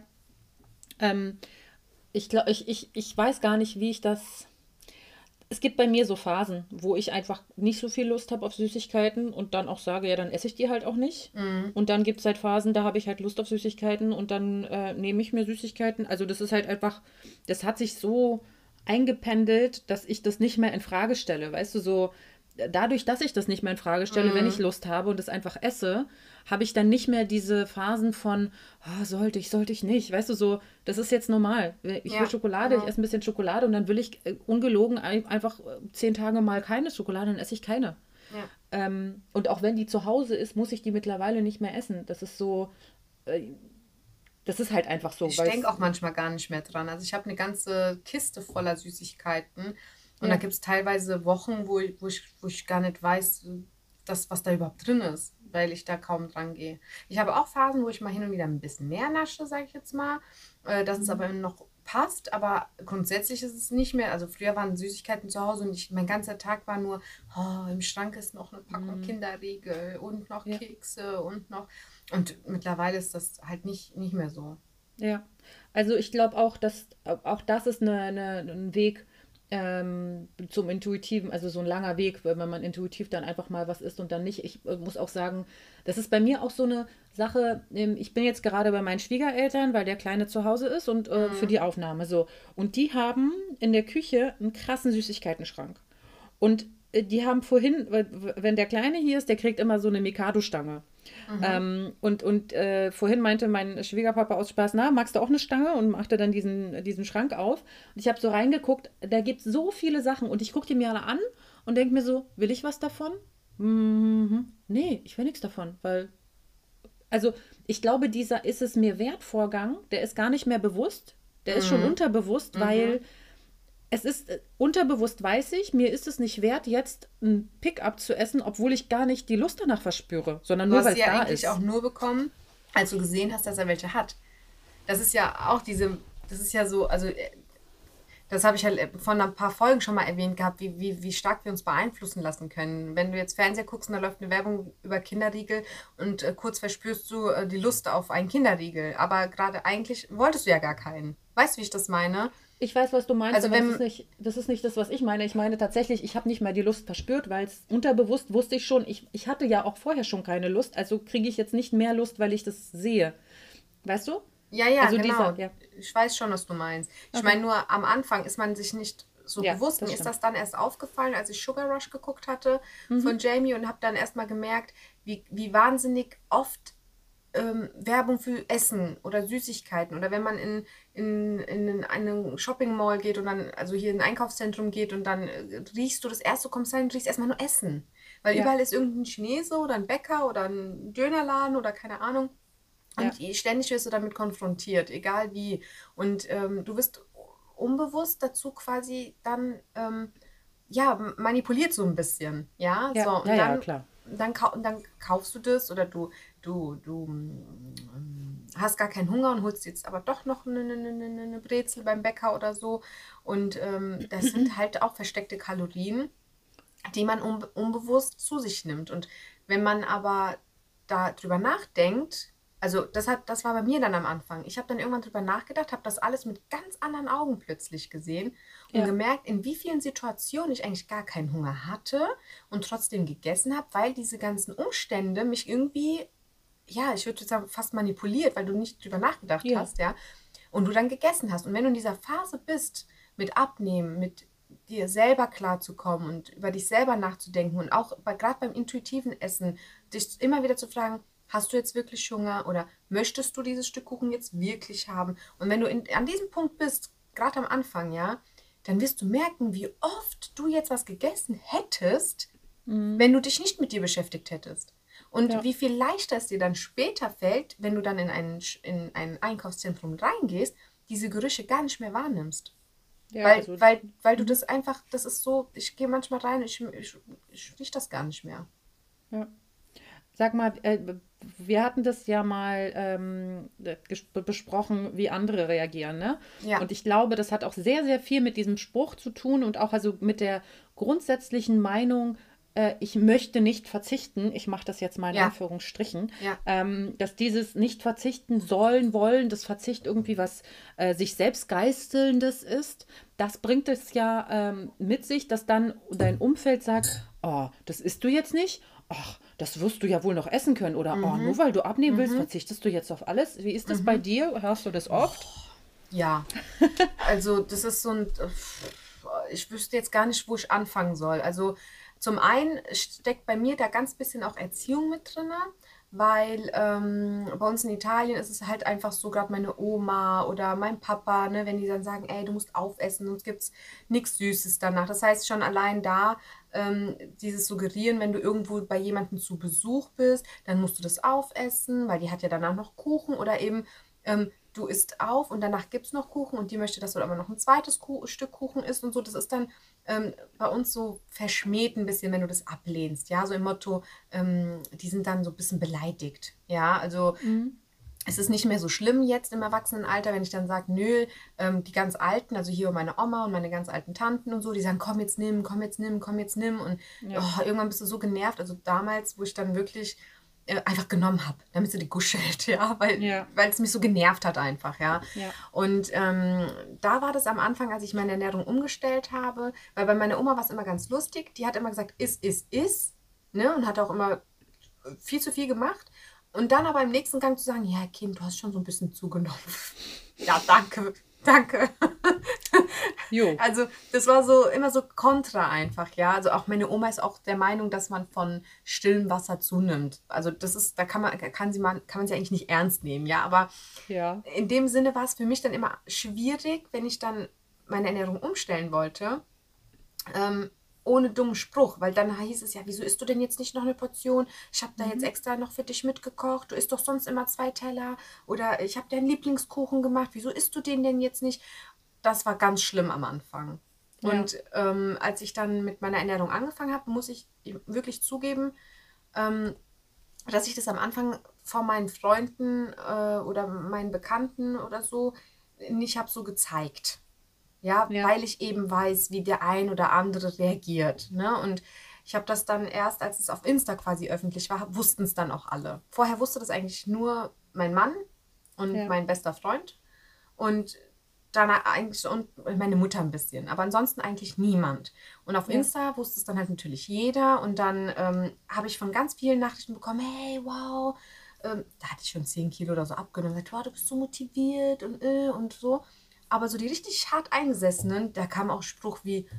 Ähm, ich glaube, ich, ich, ich weiß gar nicht, wie ich das. Es gibt bei mir so Phasen, wo ich einfach nicht so viel Lust habe auf Süßigkeiten und dann auch sage, ja, dann esse ich die halt auch nicht. Mhm. Und dann gibt es halt Phasen, da habe ich halt Lust auf Süßigkeiten und dann äh, nehme ich mir Süßigkeiten. Also das ist halt einfach, das hat sich so eingependelt, dass ich das nicht mehr in Frage stelle. Weißt du, so dadurch, dass ich das nicht mehr in Frage stelle, mhm. wenn ich Lust habe und es einfach esse, habe ich dann nicht mehr diese Phasen von, oh, sollte ich, sollte ich nicht. Weißt du, so, das ist jetzt normal. Ich ja, will Schokolade, genau. ich esse ein bisschen Schokolade und dann will ich äh, ungelogen einfach zehn Tage mal keine Schokolade, dann esse ich keine. Ja. Ähm, und auch wenn die zu Hause ist, muss ich die mittlerweile nicht mehr essen. Das ist so, äh, das ist halt einfach so.
Ich denke auch manchmal gar nicht mehr dran. Also ich habe eine ganze Kiste voller Süßigkeiten. Und ja. da gibt es teilweise Wochen, wo ich, wo, ich, wo ich gar nicht weiß, dass, was da überhaupt drin ist, weil ich da kaum dran gehe. Ich habe auch Phasen, wo ich mal hin und wieder ein bisschen mehr nasche, sage ich jetzt mal, äh, dass mhm. es aber noch passt, aber grundsätzlich ist es nicht mehr. Also früher waren Süßigkeiten zu Hause und ich, mein ganzer Tag war nur, oh, im Schrank ist noch eine Packung mhm. Kinderriegel und noch ja. Kekse und noch... Und mittlerweile ist das halt nicht, nicht mehr so.
Ja, also ich glaube auch, dass auch das ist eine, eine, ein Weg, Ähm, zum Intuitiven, also so ein langer Weg, wenn man intuitiv dann einfach mal was isst und dann nicht. Ich äh, muss auch sagen, das ist bei mir auch so eine Sache, ähm, ich bin jetzt gerade bei meinen Schwiegereltern, weil der Kleine zu Hause ist und äh, mhm. für die Aufnahme so. Und die haben in der Küche einen krassen Süßigkeitenschrank. Und äh, die haben vorhin, wenn der Kleine hier ist, der kriegt immer so eine Mikado-Stange. Mhm. Ähm, und und äh, vorhin meinte mein Schwiegerpapa aus Spaß, na, magst du auch eine Stange? Und machte dann diesen, diesen Schrank auf. Und ich habe so reingeguckt, da gibt es so viele Sachen. Und ich gucke die mir alle an und denke mir so, will ich was davon? Mhm. Nee, ich will nichts davon. Weil, also ich glaube, dieser ist es mir wert Vorgang, der ist gar nicht mehr bewusst. Der mhm. ist schon unterbewusst, mhm. weil es ist äh, unterbewusst weiß ich, mir ist es nicht wert, jetzt ein Pickup zu essen, obwohl ich gar nicht die Lust danach verspüre, sondern
Du
nur,
hast
weil
sie
es
ja
da
eigentlich
ist.
auch nur bekommen, als du gesehen hast, dass er welche hat. Das ist ja auch diese, das ist ja so, also äh, das habe ich halt von ein paar Folgen schon mal erwähnt gehabt, wie, wie, wie stark wir uns beeinflussen lassen können. Wenn du jetzt Fernseher guckst und da läuft eine Werbung über Kinderriegel und äh, kurz verspürst du äh, die Lust auf einen Kinderriegel. Aber gerade eigentlich wolltest du ja gar keinen. Weißt du, wie ich das meine?
Ich weiß, was du meinst,
Also
aber das
wenn,
ist nicht, das ist nicht das, was ich meine. Ich meine tatsächlich, ich habe nicht mehr die Lust verspürt, weil es unterbewusst wusste ich schon, ich, ich hatte ja auch vorher schon keine Lust, also kriege ich jetzt nicht mehr Lust, weil ich das sehe. Weißt du?
ja, ja,
Also dieser,
genau.
ja.
Ich weiß schon, was du meinst. Ich
Okay.
meine nur, am Anfang ist man sich nicht so
Ja,
bewusst.
das
Mir ist
stimmt.
das dann erst aufgefallen, als ich Sugar Rush geguckt hatte von Jamie und habe dann erst mal gemerkt, wie, wie wahnsinnig oft ähm, Werbung für Essen oder Süßigkeiten oder wenn man in, in, in eine Shopping Mall geht und dann, also hier in ein Einkaufszentrum geht und dann äh, riechst du das erste, du kommst rein und riechst erstmal nur Essen. Weil
Ja,
überall ist irgendein Chinese oder ein Bäcker oder ein Dönerladen oder keine Ahnung. Und
ja,
ständig wirst du damit konfrontiert, egal wie. Und ähm, du wirst unbewusst dazu quasi dann ähm, ja, manipuliert so ein bisschen. Ja,
ja,
so,
ja,
und
ja,
dann,
klar.
dann, kau dann kaufst du das oder du, du, du mm, hast gar keinen Hunger und holst jetzt aber doch noch eine, eine, eine, eine Brezel beim Bäcker oder so. Und ähm, das sind halt auch versteckte Kalorien, die man unbe unbewusst zu sich nimmt. Und wenn man aber darüber nachdenkt, also das hat, das war bei mir dann am Anfang. Ich habe dann irgendwann drüber nachgedacht, habe das alles mit ganz anderen Augen plötzlich gesehen und
Ja,
gemerkt, in wie vielen Situationen ich eigentlich gar keinen Hunger hatte und trotzdem gegessen habe, weil diese ganzen Umstände mich irgendwie, ja, ich würde sagen, fast manipuliert, weil du nicht drüber nachgedacht
ja,
hast, ja, und du dann gegessen hast. Und wenn du in dieser Phase bist, mit Abnehmen, mit dir selber klarzukommen und über dich selber nachzudenken und auch bei, gerade beim intuitiven Essen, dich immer wieder zu fragen, hast du jetzt wirklich Hunger oder möchtest du dieses Stück Kuchen jetzt wirklich haben? Und wenn du in, an diesem Punkt bist, gerade am Anfang, ja, dann wirst du merken, wie oft du jetzt was gegessen hättest, wenn du dich nicht mit dir beschäftigt hättest. Und
ja,
wie viel leichter es dir dann später fällt, wenn du dann in ein, in ein Einkaufszentrum reingehst, diese Gerüche gar nicht mehr wahrnimmst.
ja,
Weil,
also,
weil, weil du
mhm,
das einfach, das ist so, ich gehe manchmal rein, ich, ich, ich riech das gar nicht mehr.
ja. Sag mal, äh, wir hatten das ja mal ähm, ges- besprochen, wie andere reagieren, ne?
Ja,
Und ich glaube, das hat auch sehr, sehr viel mit diesem Spruch zu tun und auch also mit der grundsätzlichen Meinung, äh, ich möchte nicht verzichten, ich mache das jetzt mal in
ja,
Anführungsstrichen,
ja,
ähm, dass dieses nicht verzichten sollen, wollen, das Verzicht irgendwie was äh, sich selbst Geißelndes ist, das bringt es ja ähm, mit sich, dass dann dein Umfeld sagt, oh, das isst du jetzt nicht? Ach, das wirst du ja wohl noch essen können. Oder, oh, nur
mhm,
weil du abnehmen willst,
mhm,
verzichtest du jetzt auf alles? Wie ist das bei
mhm.
dir? Hörst du das oft?
Ja. Also das ist so ein, ich wüsste jetzt gar nicht, wo ich anfangen soll. Also zum einen steckt bei mir da ganz bisschen auch Erziehung mit drin, weil ähm, bei uns in Italien ist es halt einfach so, gerade meine Oma oder mein Papa, ne, wenn die dann sagen, ey, du musst aufessen, sonst gibt es nichts Süßes danach. Das heißt schon allein da ähm, dieses Suggerieren, wenn du irgendwo bei jemandem zu Besuch bist, dann musst du das aufessen, weil die hat ja danach noch Kuchen oder eben ähm, du isst auf und danach gibt es noch Kuchen und die möchte, dass du aber noch ein zweites Kuh Stück Kuchen isst und so. Das ist dann ähm, bei uns so verschmäht ein bisschen, wenn du das ablehnst. Ja, so im Motto, ähm, die sind dann so ein bisschen beleidigt. Ja, also
Mhm.
es ist nicht mehr so schlimm jetzt im Erwachsenenalter, wenn ich dann sage, nö, ähm, die ganz Alten, also hier meine Oma und meine ganz alten Tanten und so, die sagen, komm jetzt nimm, komm jetzt nimm, komm jetzt nimm. Und
Ja,
oh, irgendwann bist du so genervt. Also damals, wo ich dann wirklich äh, einfach genommen habe, damit sie die kuschelt, ja, weil,
ja,
weil es mich so genervt hat einfach, ja.
ja,
Und ähm, da war das am Anfang, als ich meine Ernährung umgestellt habe, weil bei meiner Oma war es immer ganz lustig, die hat immer gesagt, iss, iss, iss, ne, und hat auch immer viel zu viel gemacht. Und dann aber im nächsten Gang zu sagen, ja, Kind, du hast schon so ein bisschen zugenommen. Ja, danke, danke.
jo,
Also das war so immer so kontra einfach, ja. Also auch meine Oma ist auch der Meinung, dass man von stillem Wasser zunimmt. Also das ist, da kann man, kann sie man, kann man sie eigentlich nicht ernst nehmen, ja. Aber
ja,
in dem Sinne war es für mich dann immer schwierig, wenn ich dann meine Ernährung umstellen wollte, ähm, ohne dummen Spruch, weil dann hieß es ja, wieso isst du denn jetzt nicht noch eine Portion? Ich habe da jetzt
mhm.
extra noch für dich mitgekocht. Du isst doch sonst immer zwei Teller. Oder ich habe dir einen Lieblingskuchen gemacht. Wieso isst du den denn jetzt nicht? Das war ganz schlimm am Anfang.
Ja.
Und ähm, als ich dann mit meiner Ernährung angefangen habe, muss ich wirklich zugeben, ähm, dass ich das am Anfang vor meinen Freunden äh, oder meinen Bekannten oder so nicht habe so gezeigt. Ja,
Ja.
weil ich eben weiß, wie der ein oder andere reagiert. Ne? Und ich habe das dann erst, als es auf Insta quasi öffentlich war, wussten es dann auch alle. Vorher wusste das eigentlich nur mein Mann und
Ja.
mein bester Freund und dann eigentlich und meine Mutter ein bisschen, aber ansonsten eigentlich niemand. Und auf
Ja.
Insta wusste es dann halt natürlich jeder und dann ähm, habe ich von ganz vielen Nachrichten bekommen, hey, wow, ähm, da hatte ich schon zehn Kilo oder so abgenommen, gesagt, wow, du bist so motiviert und äh, und so. Aber so die richtig hart Eingesessenen, da kam auch Spruch wie,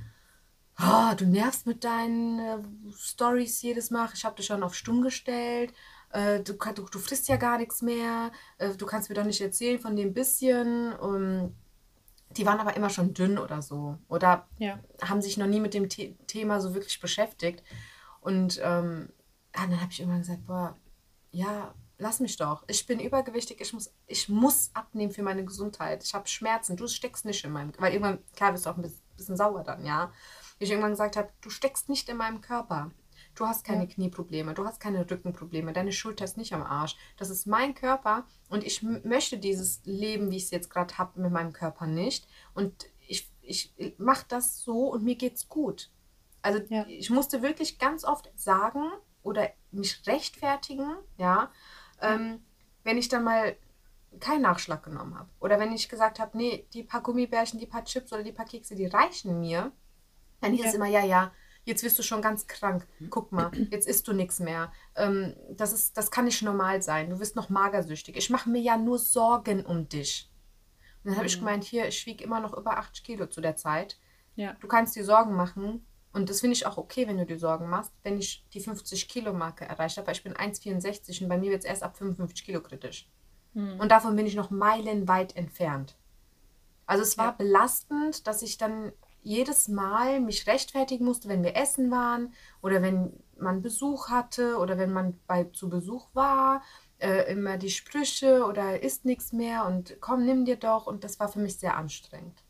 oh, du nervst mit deinen äh, Stories jedes Mal, ich habe dich schon auf stumm gestellt, äh, du, kann- du, du frisst ja gar nichts mehr, äh, du kannst mir doch nicht erzählen von dem bisschen. Um, die waren aber immer schon dünn oder so oder
Ja.
haben sich noch nie mit dem The Thema so wirklich beschäftigt. Und ähm, ja, dann habe ich irgendwann gesagt, boah, ja, lass mich doch. Ich bin übergewichtig, ich muss, ich muss abnehmen für meine Gesundheit. Ich habe Schmerzen, du steckst nicht in meinem, weil irgendwann, klar, bist du auch ein bisschen, bisschen sauer dann, ja. Ich irgendwann gesagt habe, du steckst nicht in meinem Körper. Du hast keine
Ja.
Knieprobleme, du hast keine Rückenprobleme, deine Schulter ist nicht am Arsch. Das ist mein Körper und ich m- möchte dieses Leben, wie ich es jetzt gerade habe, mit meinem Körper nicht. Und ich, ich mache das so und mir geht's gut. Also
Ja.
ich musste wirklich ganz oft sagen oder mich rechtfertigen, ja,
Ja.
ähm, wenn ich dann mal keinen Nachschlag genommen habe. Oder wenn ich gesagt habe, nee, die paar Gummibärchen, die paar Chips oder die paar Kekse, die reichen mir, dann hieß es
Ja.
immer, ja, ja, jetzt wirst du schon ganz krank. Guck mal, jetzt isst du nichts mehr. Ähm, das ist, das kann nicht normal sein. Du wirst noch magersüchtig. Ich mache mir ja nur Sorgen um dich. Und dann habe ich
Mhm.
gemeint, hier, ich wiege immer noch über achtzig Kilo zu der Zeit.
Ja.
Du kannst dir Sorgen machen. Und das finde ich auch okay, wenn du dir Sorgen machst, wenn ich die fünfzig-Kilo-Marke erreicht habe, weil ich bin eins Komma vierundsechzig und bei mir wird es erst ab fünfundfünfzig Kilo kritisch.
Mhm.
Und davon bin ich noch meilenweit entfernt. Also es war
Ja.
belastend, dass ich dann jedes Mal mich rechtfertigen musste, wenn wir essen waren oder wenn man Besuch hatte oder wenn man bei, zu Besuch war. Äh, immer die Sprüche oder isst nichts mehr und komm, nimm dir doch. Und das war für mich sehr anstrengend.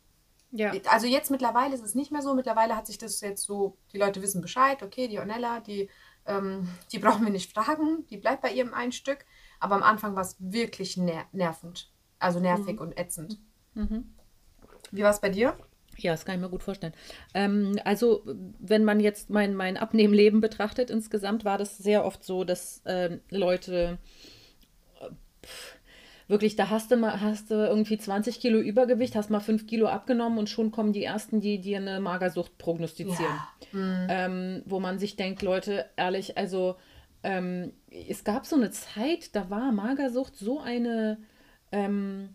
Ja.
Also jetzt mittlerweile ist es nicht mehr so. Mittlerweile hat sich das jetzt so, die Leute wissen Bescheid, okay, die Ornella, die, ähm, die brauchen wir nicht fragen, die bleibt bei ihrem ein Stück. Aber am Anfang war es wirklich ner nervend, also nervig
Mhm.
und ätzend.
Mhm.
Wie war es bei dir?
Ja, das kann ich mir gut vorstellen. Ähm, also, wenn man jetzt mein, mein Abnehmleben betrachtet, insgesamt war das sehr oft so, dass ähm, Leute wirklich, da hast du mal, hast du irgendwie zwanzig Kilo Übergewicht, hast mal fünf Kilo abgenommen und schon kommen die ersten, die dir eine Magersucht prognostizieren.
Ja. Hm.
Ähm, wo man sich denkt, Leute, ehrlich, also ähm, es gab so eine Zeit, da war Magersucht so eine, ähm,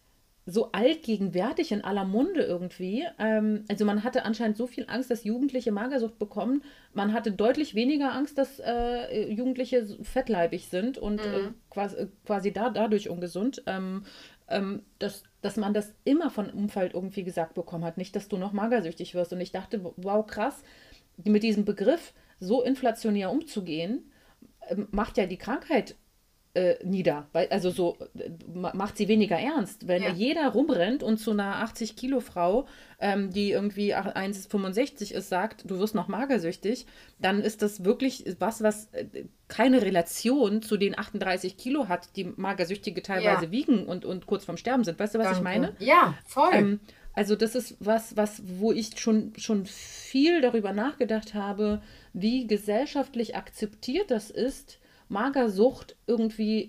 so allgegenwärtig in aller Munde irgendwie. Ähm, also man hatte anscheinend so viel Angst, dass Jugendliche Magersucht bekommen. Man hatte deutlich weniger Angst, dass äh, Jugendliche so fettleibig sind und äh,
Mhm.
quasi, quasi da, dadurch ungesund. Ähm, ähm, dass, dass man das immer von Umfeld irgendwie gesagt bekommen hat. Nicht, dass du noch magersüchtig wirst. Und ich dachte, wow, krass, mit diesem Begriff so inflationär umzugehen, ähm, macht ja die Krankheit äh, nieder. Weil, also so äh, macht sie weniger ernst. Wenn
Ja.
jeder rumrennt und zu einer achtzig Kilo Frau, ähm, die irgendwie eins Komma fünfundsechzig ist, sagt, du wirst noch magersüchtig, dann ist das wirklich was, was äh, keine Relation zu den achtunddreißig Kilo hat, die Magersüchtige teilweise
Ja.
wiegen und, und kurz vorm Sterben sind. Weißt du, was ich meine?
Danke. Ja, voll.
Ähm, also das ist was, was, wo ich schon, schon viel darüber nachgedacht habe, wie gesellschaftlich akzeptiert das ist, Magersucht irgendwie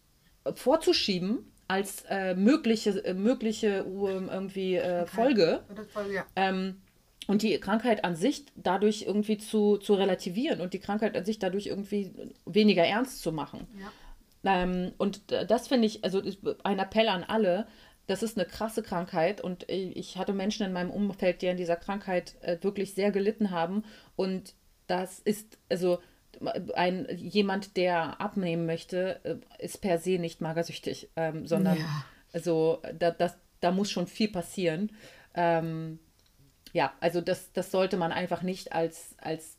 vorzuschieben als äh, mögliche, äh, mögliche ähm, irgendwie äh, Folge
Gute Folge, ja.
ähm, und die Krankheit an sich dadurch irgendwie zu, zu relativieren und die Krankheit an sich dadurch irgendwie weniger ernst zu machen.
Ja.
Ähm, und äh, das finde ich, also ist ein Appell an alle, das ist eine krasse Krankheit und äh, ich hatte Menschen in meinem Umfeld, die an dieser Krankheit äh, wirklich sehr gelitten haben und das ist, also ein, jemand, der abnehmen möchte, äh, ist per se nicht magersüchtig, ähm, sondern
Ja.
also da, das, da muss schon viel passieren. Ähm, ja, also das, das sollte man einfach nicht als, als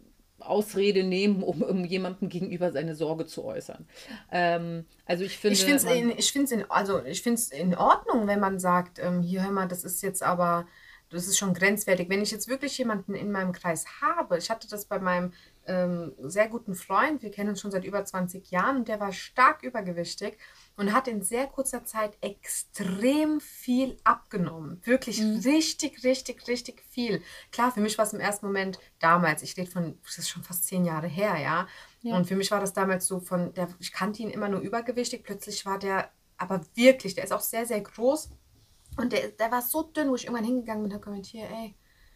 Ausrede nehmen, um, um jemandem gegenüber seine Sorge zu äußern. Ähm, also ich finde,
Ich finde es
man,
in, ich find's in, also ich find's in Ordnung, wenn man sagt, ähm, hier hör mal, das ist jetzt aber, das ist schon grenzwertig. Wenn ich jetzt wirklich jemanden in meinem Kreis habe, ich hatte das bei meinem ähm, sehr guten Freund, wir kennen uns schon seit über zwanzig Jahren und der war stark übergewichtig und hat in sehr kurzer Zeit extrem viel abgenommen. Wirklich
Mhm.
richtig, richtig, richtig viel. Klar, für mich war es im ersten Moment damals, ich rede von, das ist schon fast zehn Jahre her, ja.
Ja.
Und für mich war das damals so von, der, ich kannte ihn immer nur übergewichtig, plötzlich war der, aber wirklich, der ist auch sehr, sehr groß und der, der war so dünn, wo ich irgendwann hingegangen bin und habe kommentiert, ey,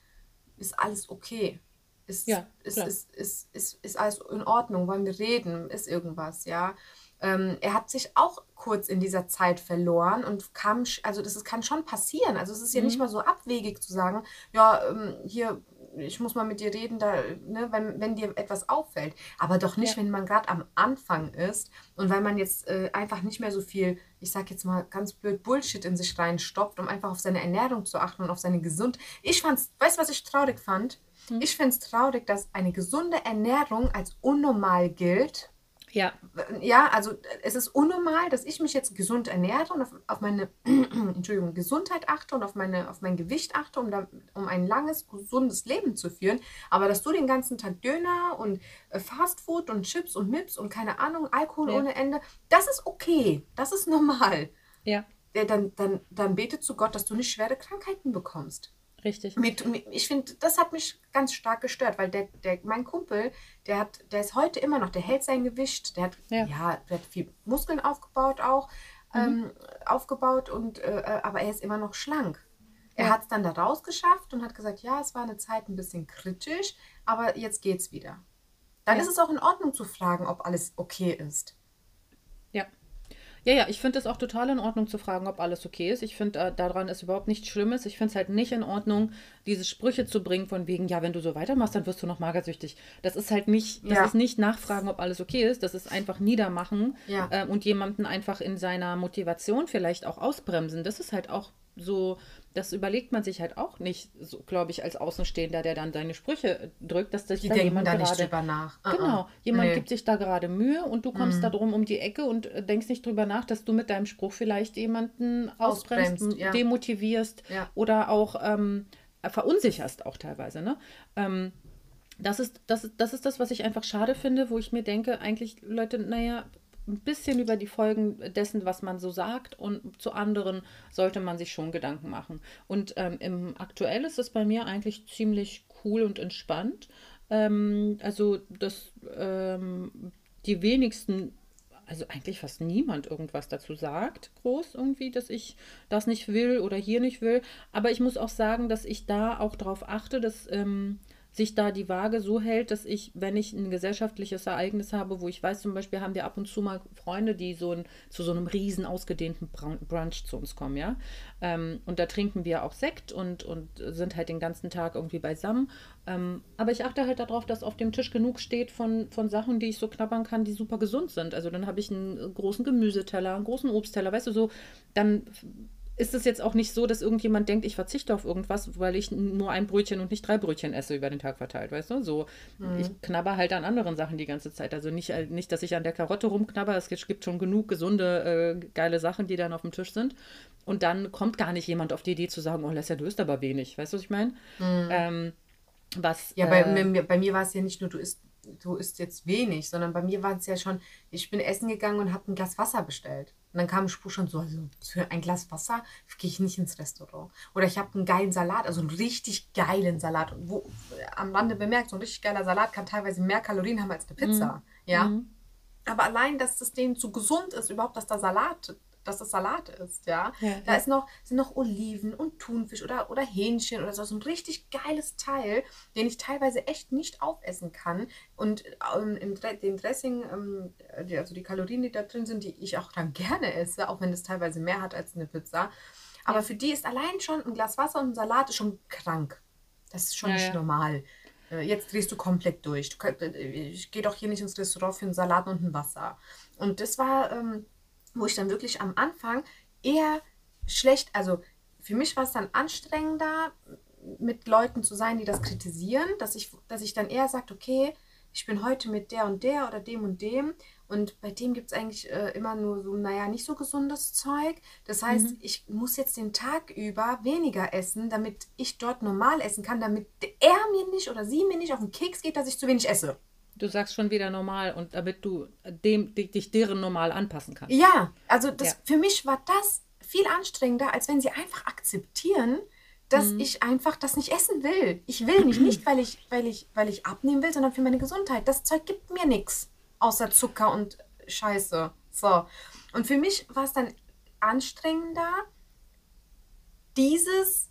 ist alles okay? Ist,
Ja,
ist,
klar.
ist, ist, ist, ist alles in Ordnung? Wollen wir reden? Ist irgendwas, ja? Ähm, er hat sich auch kurz in dieser Zeit verloren und kam, sch- also das ist, kann schon passieren. Also es ist ja nicht
Mhm.
mal so abwegig zu sagen, ja, ähm, hier, ich muss mal mit dir reden, da, ne, wenn, wenn dir etwas auffällt. Aber doch nicht,
Ja.
wenn man gerade am Anfang ist und weil man jetzt äh, einfach nicht mehr so viel, ich sag jetzt mal ganz blöd, Bullshit in sich reinstopft, um einfach auf seine Ernährung zu achten und auf seine Gesundheit. Ich fand's, weißt du, was ich traurig fand?
Hm.
Ich finde es traurig, dass eine gesunde Ernährung als unnormal gilt.
Ja.
Ja, also äh, es ist unnormal, dass ich mich jetzt gesund ernähre und auf, auf meine Entschuldigung, Gesundheit achte und auf, meine, auf mein Gewicht achte, um, da, um ein langes, gesundes Leben zu führen. Aber dass du den ganzen Tag Döner und äh, Fastfood und Chips und Mips und keine Ahnung, Alkohol
Ja.
ohne Ende, das ist okay. Das ist normal.
Ja,
Ja, dann, dann, dann bete zu Gott, dass du nicht schwere Krankheiten bekommst.
richtig.
Mit, mit, ich finde, das hat mich ganz stark gestört, weil der, der, mein Kumpel, der hat, der ist heute immer noch, der hält sein Gewicht, der hat,
Ja.
ja, der hat viel Muskeln aufgebaut auch,
Mhm.
ähm, aufgebaut und, äh, äh, aber er ist immer noch schlank. Er
Ja.
hat es dann da rausgeschafft und hat gesagt, ja, es war eine Zeit ein bisschen kritisch, aber jetzt geht's wieder. Dann
Ja.
ist es auch in Ordnung zu fragen, ob alles okay ist.
Ja. Ja, ja, ich finde es auch total in Ordnung zu fragen, ob alles okay ist. Ich finde, äh, daran ist überhaupt nichts Schlimmes. Ich finde es halt nicht in Ordnung, diese Sprüche zu bringen von wegen, ja, wenn du so weitermachst, dann wirst du noch magersüchtig. Das ist halt nicht, das
Ja.
ist nicht nachfragen, ob alles okay ist. Das ist einfach niedermachen
Ja.
äh, und jemanden einfach in seiner Motivation vielleicht auch ausbremsen. Das ist halt auch so, das überlegt man sich halt auch nicht, so, glaube ich, als Außenstehender, der dann seine Sprüche drückt, dass sich
Die
da
denken
jemand
da nicht
gerade
drüber nach. Uh-uh.
Genau, jemand
Nee.
gibt sich da gerade Mühe und du kommst
Mhm.
da drum um die Ecke und äh, denkst nicht drüber nach, dass du mit deinem Spruch vielleicht jemanden ausbremst,
Ausbremst, ja.
demotivierst
Ja.
oder auch ähm, verunsicherst auch teilweise. Ne? Ähm, das ist, das, ist, das ist das, was ich einfach schade finde, wo ich mir denke, eigentlich, Leute, naja, ein bisschen über die Folgen dessen, was man so sagt und zu anderen sollte man sich schon Gedanken machen. Und ähm, im aktuell ist es bei mir eigentlich ziemlich cool und entspannt. Ähm, also, dass ähm, die wenigsten, also eigentlich fast niemand irgendwas dazu sagt, groß irgendwie, dass ich das nicht will oder hier nicht will. Aber ich muss auch sagen, dass ich da auch darauf achte, dass ähm, sich da die Waage so hält, dass ich, wenn ich ein gesellschaftliches Ereignis habe, wo ich weiß, zum Beispiel haben wir ab und zu mal Freunde, die so ein, zu so einem riesen ausgedehnten Brun- Brunch zu uns kommen, ja. Ähm, und da trinken wir auch Sekt und, und sind halt den ganzen Tag irgendwie beisammen. Ähm, aber ich achte halt darauf, dass auf dem Tisch genug steht von, von Sachen, die ich so knabbern kann, die super gesund sind. Also dann habe ich einen großen Gemüseteller, einen großen Obstteller, weißt du, so, dann ist es jetzt auch nicht so, dass irgendjemand denkt, ich verzichte auf irgendwas, weil ich nur ein Brötchen und nicht drei Brötchen esse über den Tag verteilt, weißt du? So,
Mhm.
ich knabber halt an anderen Sachen die ganze Zeit. Also nicht, äh, nicht dass ich an der Karotte rumknabber, es gibt gibt schon genug gesunde, äh, geile Sachen, die dann auf dem Tisch sind. Und dann kommt gar nicht jemand auf die Idee zu sagen, oh, Lesja, du isst aber wenig. Weißt du, was ich meine?
Mhm.
Ähm, was,
Ja, bei,
äh,
mir- bei mir war es ja nicht nur, du isst, du isst jetzt wenig, sondern bei mir war es ja schon, ich bin essen gegangen und habe ein Glas Wasser bestellt. Und dann kam ein Spruch schon so, also für ein Glas Wasser gehe ich nicht ins Restaurant. Oder ich habe einen geilen Salat, also einen richtig geilen Salat. Wo, am Rande bemerkt, so ein richtig geiler Salat kann teilweise mehr Kalorien haben als eine Pizza. Ja.
mhm.
Aber allein, dass es denen zu gesund ist, überhaupt, dass da Salat, dass das Salat ist, ja.
Ja,
Da
ja.
ist noch, sind noch Oliven und Thunfisch oder, oder Hähnchen oder so, so ein richtig geiles Teil, den ich teilweise echt nicht aufessen kann. Und ähm, im Dre den Dressing, ähm, die, also die Kalorien, die da drin sind, die ich auch dann gerne esse, auch wenn es teilweise mehr hat als eine Pizza. Aber
Ja.
für die ist allein schon ein Glas Wasser und ein Salat schon krank. Das ist schon
Ja,
nicht
ja.
normal. Äh, Jetzt drehst du komplett durch. Du, könnt- äh, ich gehe doch hier nicht ins Restaurant für einen Salat und ein Wasser. Und das war, ähm, wo ich dann wirklich am Anfang eher schlecht, also für mich war es dann anstrengender, mit Leuten zu sein, die das kritisieren, dass ich, dass ich dann eher sage, okay, ich bin heute mit der und der oder dem und dem und bei dem gibt es eigentlich äh, immer nur so, naja, nicht so gesundes Zeug. Das heißt,
Mhm.
ich muss jetzt den Tag über weniger essen, damit ich dort normal essen kann, damit er mir nicht oder sie mir nicht auf den Keks geht, dass ich zu wenig esse.
Du sagst schon wieder normal und damit du dem, di- dich deren normal anpassen kannst.
Ja, also
Ja.
das, für mich war das viel anstrengender, als wenn sie einfach akzeptieren, dass
Mhm.
ich einfach das nicht essen will. Ich will nicht, nicht weil ich, weil ich, weil ich abnehmen will, sondern für meine Gesundheit. Das Zeug gibt mir nichts, außer Zucker und Scheiße. So. Und für mich war es dann anstrengender, dieses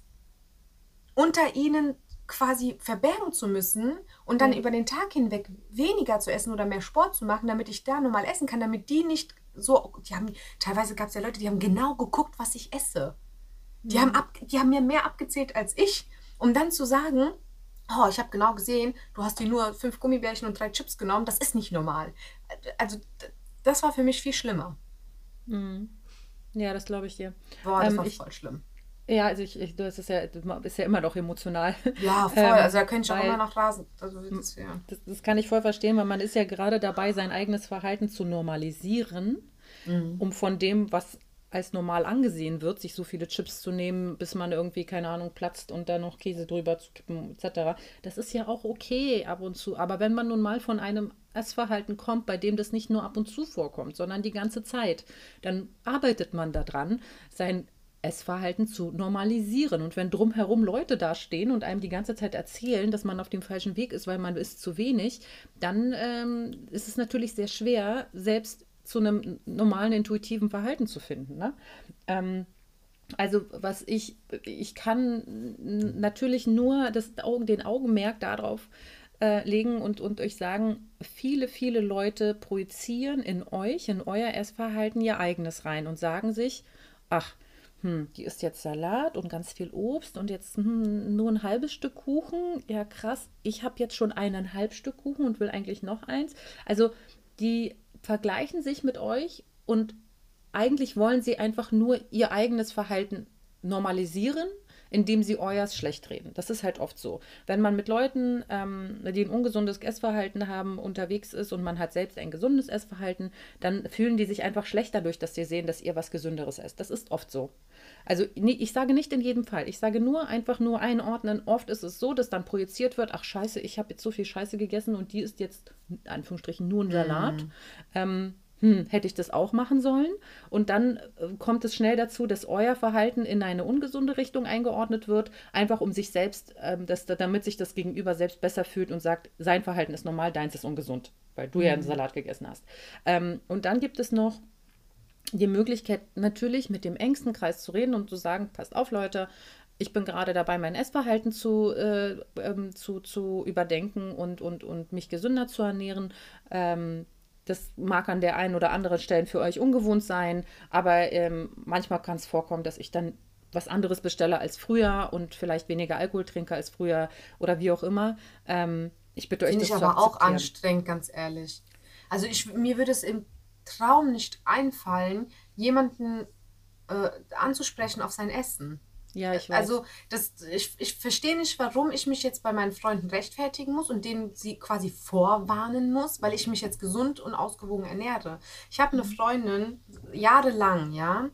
unter ihnen quasi verbergen zu müssen und dann
Ja.
über den Tag hinweg weniger zu essen oder mehr Sport zu machen, damit ich da normal essen kann, damit die nicht so, die haben, teilweise gab es ja Leute, die haben genau geguckt, was ich esse. Die, haben ab, die haben mir mehr abgezählt als ich, um dann zu sagen, oh, ich habe genau gesehen, du hast dir nur fünf Gummibärchen und drei Chips genommen, das ist nicht normal. Also d- das war für mich viel schlimmer.
Mhm. Ja, das glaube ich dir.
Boah, das
Ähm,
war
ich,
voll schlimm.
ja, also ich, ich, das ist ja, das ist ja immer noch emotional.
Ja, voll,
ähm,
also da könnte ich auch immer
weil
noch rasen. Also das, ja.
das, das kann ich voll verstehen, weil man ist ja gerade dabei, sein eigenes Verhalten zu normalisieren,
Mhm.
um von dem, was als normal angesehen wird, sich so viele Chips zu nehmen, bis man irgendwie, keine Ahnung, platzt und dann noch Käse drüber zu kippen, et cetera. Das ist ja auch okay ab und zu. Aber wenn man nun mal von einem Essverhalten kommt, bei dem das nicht nur ab und zu vorkommt, sondern die ganze Zeit, dann arbeitet man daran, sein Essverhalten zu normalisieren. Und wenn drumherum Leute dastehen und einem die ganze Zeit erzählen, dass man auf dem falschen Weg ist, weil man isst zu wenig, dann ähm, ist es natürlich sehr schwer, selbst zu einem normalen, intuitiven Verhalten zu finden. Ne? Ähm, also was ich, ich kann natürlich nur das, den Augenmerk darauf äh, legen und, und euch sagen, viele, viele Leute projizieren in euch, in euer Essverhalten ihr eigenes rein und sagen sich, ach, hm, die isst jetzt Salat und ganz viel Obst und jetzt hm, nur ein halbes Stück Kuchen. Ja, krass, ich habe jetzt schon eineinhalb Stück Kuchen und will eigentlich noch eins. Also die vergleichen sich mit euch und eigentlich wollen sie einfach nur ihr eigenes Verhalten normalisieren, indem sie euers schlecht reden. Das ist halt oft so. Wenn man mit Leuten, ähm, die ein ungesundes Essverhalten haben, unterwegs ist und man hat selbst ein gesundes Essverhalten, dann fühlen die sich einfach schlecht dadurch, dass sie sehen, dass ihr was Gesünderes esst. Das ist oft so. Also ich sage nicht in jedem Fall. Ich sage nur einfach nur einordnen. Oft ist es so, dass dann projiziert wird, ach scheiße, ich habe jetzt so viel Scheiße gegessen und die ist jetzt, in Anführungsstrichen, nur ein Salat.
Mhm.
Ähm, hm, hätte ich das auch machen sollen? Und dann äh, kommt es schnell dazu, dass euer Verhalten in eine ungesunde Richtung eingeordnet wird, einfach um sich selbst, ähm, das, damit sich das Gegenüber selbst besser fühlt und sagt, sein Verhalten ist normal, deins ist ungesund, weil du ja einen
Mhm.
Salat gegessen hast. Ähm, und dann gibt es noch die Möglichkeit, natürlich mit dem engsten Kreis zu reden und zu sagen, passt auf, Leute, ich bin gerade dabei, mein Essverhalten zu, äh, ähm, zu, zu überdenken und, und, und mich gesünder zu ernähren. Ähm, das mag an der einen oder anderen Stelle für euch ungewohnt sein, aber ähm, manchmal kann es vorkommen, dass ich dann was anderes bestelle als früher und vielleicht weniger Alkohol trinke als früher oder wie auch immer. Ähm, ich bitte euch,
Finde ich
das zu
aber auch
akzeptieren.
anstrengend, ganz ehrlich. Also ich, mir würde es im Traum nicht einfallen, jemanden äh, anzusprechen auf sein Essen.
Ja, ich weiß.
Also das, ich, ich verstehe nicht, warum ich mich jetzt bei meinen Freunden rechtfertigen muss und denen sie quasi vorwarnen muss, weil ich mich jetzt gesund und ausgewogen ernähre. Ich habe eine Freundin, jahrelang, ja,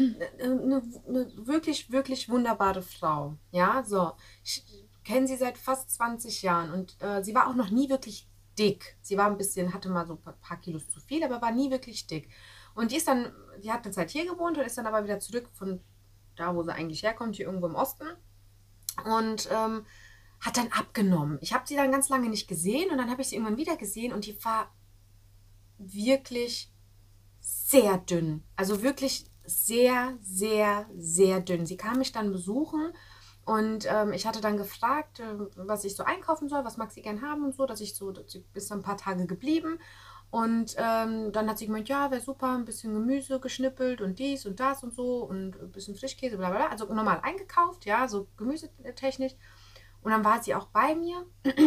eine, eine wirklich, wirklich wunderbare Frau, ja, so. Ich kenne sie seit fast zwanzig Jahren und äh, sie war auch noch nie wirklich dick. Sie war ein bisschen, hatte mal so ein paar Kilos zu viel, aber war nie wirklich dick. Und die ist dann, die hat eine Zeit hier gewohnt und ist dann aber wieder zurück von da, wo sie eigentlich herkommt, hier irgendwo im Osten. Und ähm, hat dann abgenommen. Ich habe sie dann ganz lange nicht gesehen und dann habe ich sie irgendwann wieder gesehen und die war wirklich sehr dünn. Also wirklich sehr, sehr, sehr dünn. Sie kam mich dann besuchen und ähm, ich hatte dann gefragt, äh, was ich so einkaufen soll, was mag sie gern haben und so, dass ich so, sie ist dann ein paar Tage geblieben. Und ähm, dann hat sie gemeint, ja, wäre super, ein bisschen Gemüse geschnippelt und dies und das und so und ein bisschen Frischkäse, bla bla bla. Also normal eingekauft, ja, so gemüsetechnisch. Und dann war sie auch bei mir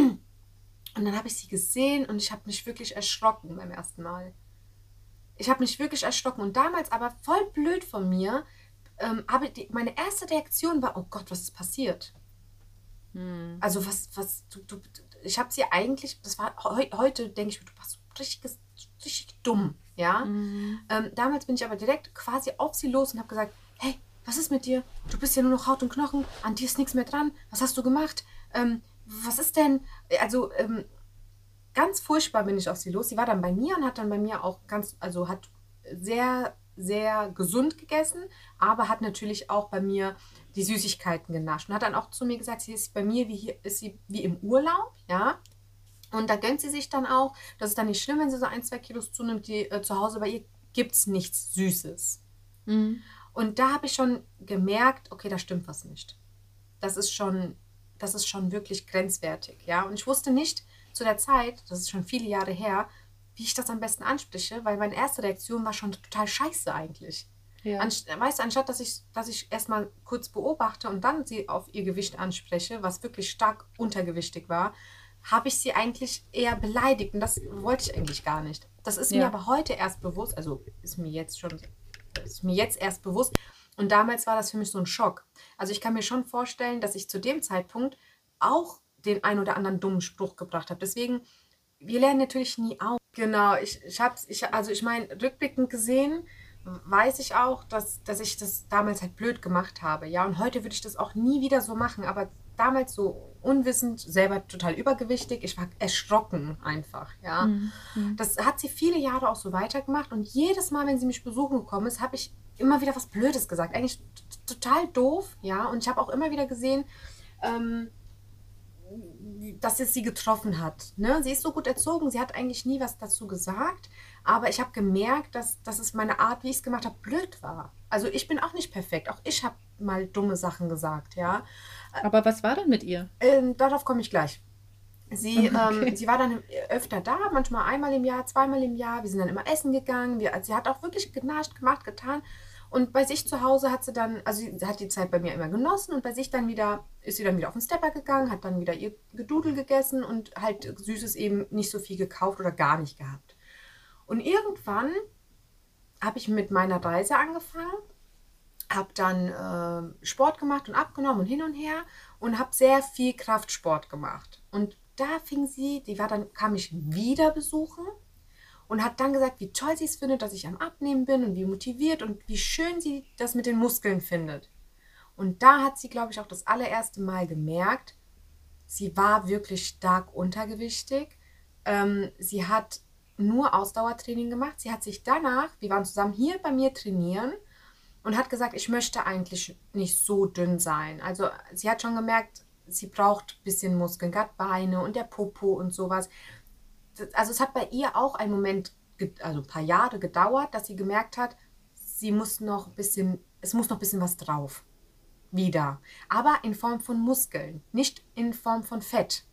und dann habe ich sie gesehen und ich habe mich wirklich erschrocken beim ersten Mal. Ich habe mich wirklich erschrocken und damals aber voll blöd von mir, ähm, aber die, meine erste Reaktion war, oh Gott, was ist passiert?
Hm.
Also was, was, du, du, ich habe sie eigentlich, das war heu, heute, denke ich mir, du warst so richtig, richtig dumm, ja. Mhm. Ähm, damals bin ich aber direkt quasi auf sie los und habe gesagt, hey, was ist mit dir? Du bist ja nur noch Haut und Knochen, an dir ist nichts mehr dran. Was hast du gemacht? Ähm, was ist denn? Also ähm, ganz furchtbar bin ich auf sie los. Sie war dann bei mir und hat dann bei mir auch ganz, also hat sehr, sehr gesund gegessen, aber hat natürlich auch bei mir die Süßigkeiten genascht und hat dann auch zu mir gesagt, sie ist bei mir wie hier, ist sie wie im Urlaub, ja. Und da gönnt sie sich dann auch. Das ist dann nicht schlimm, wenn sie so ein, zwei Kilos zunimmt. Die, äh, zu Hause bei ihr gibt es nichts Süßes. Mhm. Und da habe ich schon gemerkt, okay, da stimmt was nicht. Das ist schon, das ist schon wirklich grenzwertig, ja. Und ich wusste nicht zu der Zeit, das ist schon viele Jahre her, wie ich das am besten anspreche, weil meine erste Reaktion war schon total scheiße eigentlich. Ja. Anst- weißt du, anstatt dass ich, dass ich erstmal kurz beobachte und dann sie auf ihr Gewicht anspreche, was wirklich stark untergewichtig war, habe ich sie eigentlich eher beleidigt. Und das wollte ich eigentlich gar nicht. Das ist ja. mir aber heute erst bewusst, also ist mir jetzt schon, ist mir jetzt erst bewusst. Und damals war das für mich so ein Schock. Also ich kann mir schon vorstellen, dass ich zu dem Zeitpunkt auch den ein oder anderen dummen Spruch gebracht habe. Deswegen, wir lernen natürlich nie auf. Genau, ich, ich habe ich, also ich meine, rückblickend gesehen, weiß ich auch, dass, dass ich das damals halt blöd gemacht habe. Ja, und heute würde ich das auch nie wieder so machen. Aber damals so unwissend, selber total übergewichtig. Ich war erschrocken einfach, ja. Mhm. Das hat sie viele Jahre auch so weitergemacht. Und jedes Mal, wenn sie mich besuchen gekommen ist, habe ich immer wieder was Blödes gesagt. Eigentlich t- total doof, ja. Und ich habe auch immer wieder gesehen, ähm, dass es sie getroffen hat. Ne? Sie ist so gut erzogen, sie hat eigentlich nie was dazu gesagt, aber ich habe gemerkt, dass, dass es meine Art, wie ich es gemacht habe, blöd war. Also ich bin auch nicht perfekt, auch ich habe mal dumme Sachen gesagt, ja.
Aber was war denn mit ihr?
Ähm, darauf komme ich gleich. Sie, okay. ähm, sie war dann öfter da, manchmal einmal im Jahr, zweimal im Jahr. Wir sind dann immer essen gegangen. Wir, also sie hat auch wirklich genascht, gemacht, getan. Und bei sich zu Hause hat sie dann, also sie hat die Zeit bei mir immer genossen und bei sich dann wieder, ist sie dann wieder auf den Stepper gegangen, hat dann wieder ihr Gedudel gegessen und halt Süßes eben nicht so viel gekauft oder gar nicht gehabt. Und irgendwann habe ich mit meiner Reise angefangen, habe dann äh, Sport gemacht und abgenommen und hin und her und habe sehr viel Kraftsport gemacht. Und da fing sie, die war dann, kam mich wieder besuchen und hat dann gesagt, wie toll sie es findet, dass ich am Abnehmen bin und wie motiviert und wie schön sie das mit den Muskeln findet. Und da hat sie, glaube ich, auch das allererste Mal gemerkt, sie war wirklich stark untergewichtig. Ähm, sie hat nur Ausdauertraining gemacht. Sie hat sich danach, wir waren zusammen hier bei mir trainieren und hat gesagt, ich möchte eigentlich nicht so dünn sein. Also sie hat schon gemerkt, sie braucht ein bisschen Muskeln, gerade Beine und der Popo und sowas. Also es hat bei ihr auch einen Moment, also ein paar Jahre gedauert, dass sie gemerkt hat, sie muss noch ein bisschen, es muss noch ein bisschen was drauf. Wieder. Aber in Form von Muskeln, nicht in Form von Fett.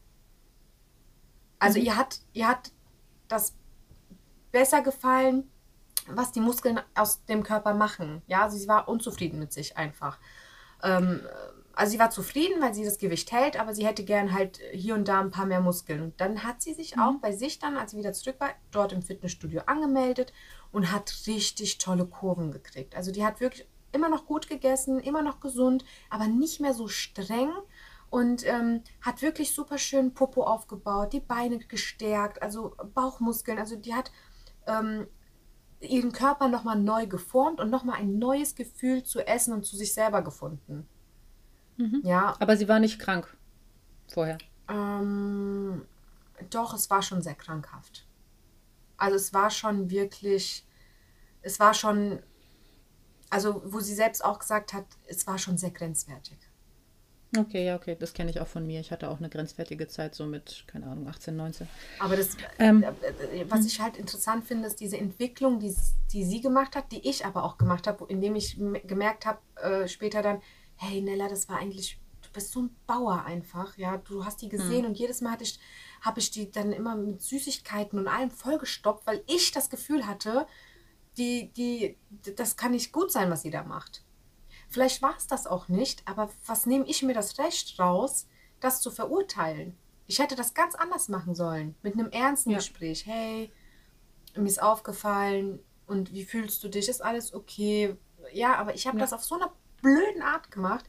Also mhm. ihr hat, ihr hat das besser gefallen, was die Muskeln aus dem Körper machen. Ja, also sie war unzufrieden mit sich einfach. Ähm, also sie war zufrieden, weil sie das Gewicht hält, aber sie hätte gern halt hier und da ein paar mehr Muskeln. Und dann hat sie sich mhm. auch bei sich dann, als sie wieder zurück war, dort im Fitnessstudio angemeldet und hat richtig tolle Kurven gekriegt. Also die hat wirklich immer noch gut gegessen, immer noch gesund, aber nicht mehr so streng und ähm, hat wirklich super schön Popo aufgebaut, die Beine gestärkt, also Bauchmuskeln. Also die hat ähm, ihren Körper nochmal neu geformt und nochmal ein neues Gefühl zu essen und zu sich selber gefunden.
Mhm. Ja. Aber sie war nicht krank vorher?
Ähm, doch, es war schon sehr krankhaft. Also es war schon wirklich, es war schon, also wo sie selbst auch gesagt hat, es war schon sehr grenzwertig.
Okay, ja, okay, das kenne ich auch von mir. Ich hatte auch eine grenzwertige Zeit, so mit, keine Ahnung, achtzehn, neunzehn.
Aber das, ähm, was ich halt interessant finde, ist diese Entwicklung, die, die sie gemacht hat, die ich aber auch gemacht habe, indem ich gemerkt habe, äh, später dann, hey Nella, das war eigentlich, du bist so ein Bauer einfach, ja, du hast die gesehen hm. und jedes Mal hatte ich, habe ich die dann immer mit Süßigkeiten und allem vollgestopft, weil ich das Gefühl hatte, die, die, das kann nicht gut sein, was sie da macht. Vielleicht war es das auch nicht, aber was nehme ich mir das Recht raus, das zu verurteilen? Ich hätte das ganz anders machen sollen, mit einem ernsten ja. Gespräch. Hey, mir ist aufgefallen und wie fühlst du dich? Ist alles okay? Ja, aber ich habe ja. das auf so einer blöden Art gemacht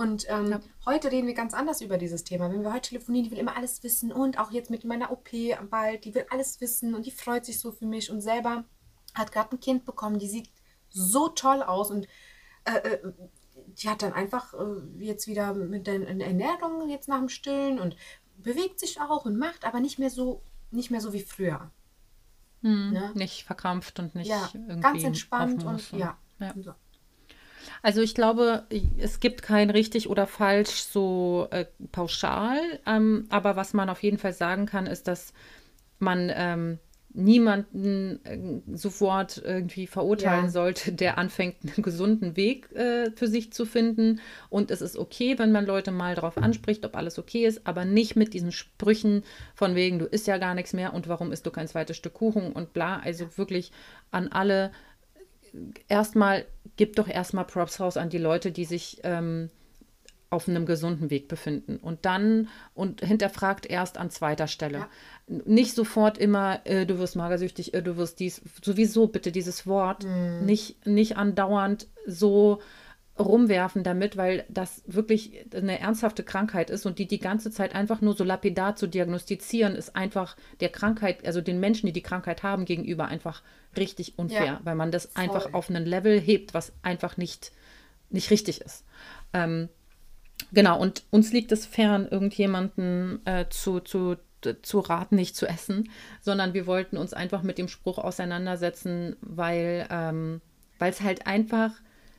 Und ähm,
Ja.
heute reden wir ganz anders über dieses Thema. Wenn wir heute telefonieren, die will immer alles wissen und auch jetzt mit meiner O P bald, die will alles wissen und die freut sich so für mich und selber hat gerade ein Kind bekommen, die sieht so toll aus und äh, äh, die hat dann einfach äh, jetzt wieder mit der Ernährung jetzt nach dem Stillen und bewegt sich auch und macht, aber nicht mehr so, nicht mehr so wie früher.
Hm,
Ne?
nicht verkrampft und nicht
Ja,
irgendwie
ganz entspannt
offen
und
muss
ja.
ja.
So.
Also ich glaube, es gibt kein richtig oder falsch so äh, pauschal, ähm, aber was man auf jeden Fall sagen kann, ist, dass man ähm, niemanden äh, sofort irgendwie verurteilen
Ja.
sollte, der anfängt, einen gesunden Weg äh, für sich zu finden. Und es ist okay, wenn man Leute mal darauf anspricht, ob alles okay ist, aber nicht mit diesen Sprüchen von wegen, du isst ja gar nichts mehr und warum isst du kein zweites Stück Kuchen und bla. Also wirklich an alle, erstmal, gib doch erstmal Props raus an die Leute, die sich ähm, auf einem gesunden Weg befinden. Und dann, und hinterfragt erst an zweiter Stelle.
Ja.
Nicht sofort immer, äh, du wirst magersüchtig, äh, du wirst dies, sowieso bitte dieses Wort nicht, nicht andauernd so rumwerfen damit, weil das wirklich eine ernsthafte Krankheit ist und die die ganze Zeit einfach nur so lapidar zu diagnostizieren, ist einfach der Krankheit, also den Menschen, die die Krankheit haben, gegenüber einfach richtig unfair,
Ja,
weil man das
voll.
einfach auf einen Level hebt, was einfach nicht, nicht richtig ist. Ähm, genau, und uns liegt es fern, irgendjemanden äh, zu, zu, zu raten, nicht zu essen, sondern wir wollten uns einfach mit dem Spruch auseinandersetzen, weil ähm, weil es halt einfach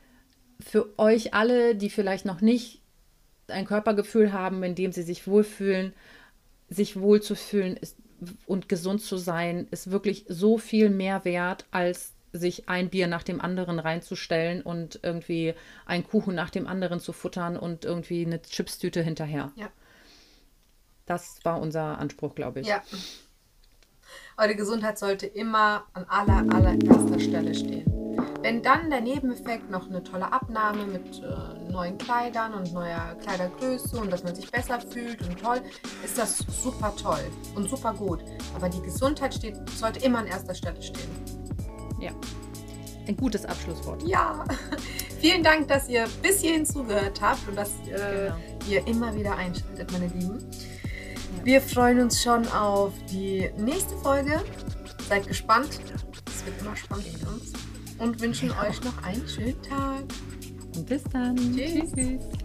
für euch alle, die vielleicht noch nicht ein Körpergefühl haben, in dem sie sich wohlfühlen, sich wohlzufühlen ist, und gesund zu sein, ist wirklich so viel mehr wert, als sich ein Bier nach dem anderen reinzustellen und irgendwie einen Kuchen nach dem anderen zu futtern und irgendwie eine Chipstüte hinterher.
Ja.
Das war unser Anspruch, glaube ich.
Ja. Eure Gesundheit sollte immer an aller, allererster Stelle stehen. Wenn dann der Nebeneffekt noch eine tolle Abnahme mit äh, neuen Kleidern und neuer Kleidergröße und dass man sich besser fühlt und toll, ist das super toll und super gut. Aber die Gesundheit steht, sollte immer an erster Stelle stehen.
Ja. Ein gutes Abschlusswort.
Ja, vielen Dank, dass ihr bis hierhin zugehört habt und dass äh,
Genau.
ihr immer wieder einschaltet, meine Lieben. Wir freuen uns schon auf die nächste Folge. Seid gespannt. Es wird immer spannend mit uns. Und wünschen euch noch einen schönen Tag.
Und bis dann.
Tschüss.
Tschüss.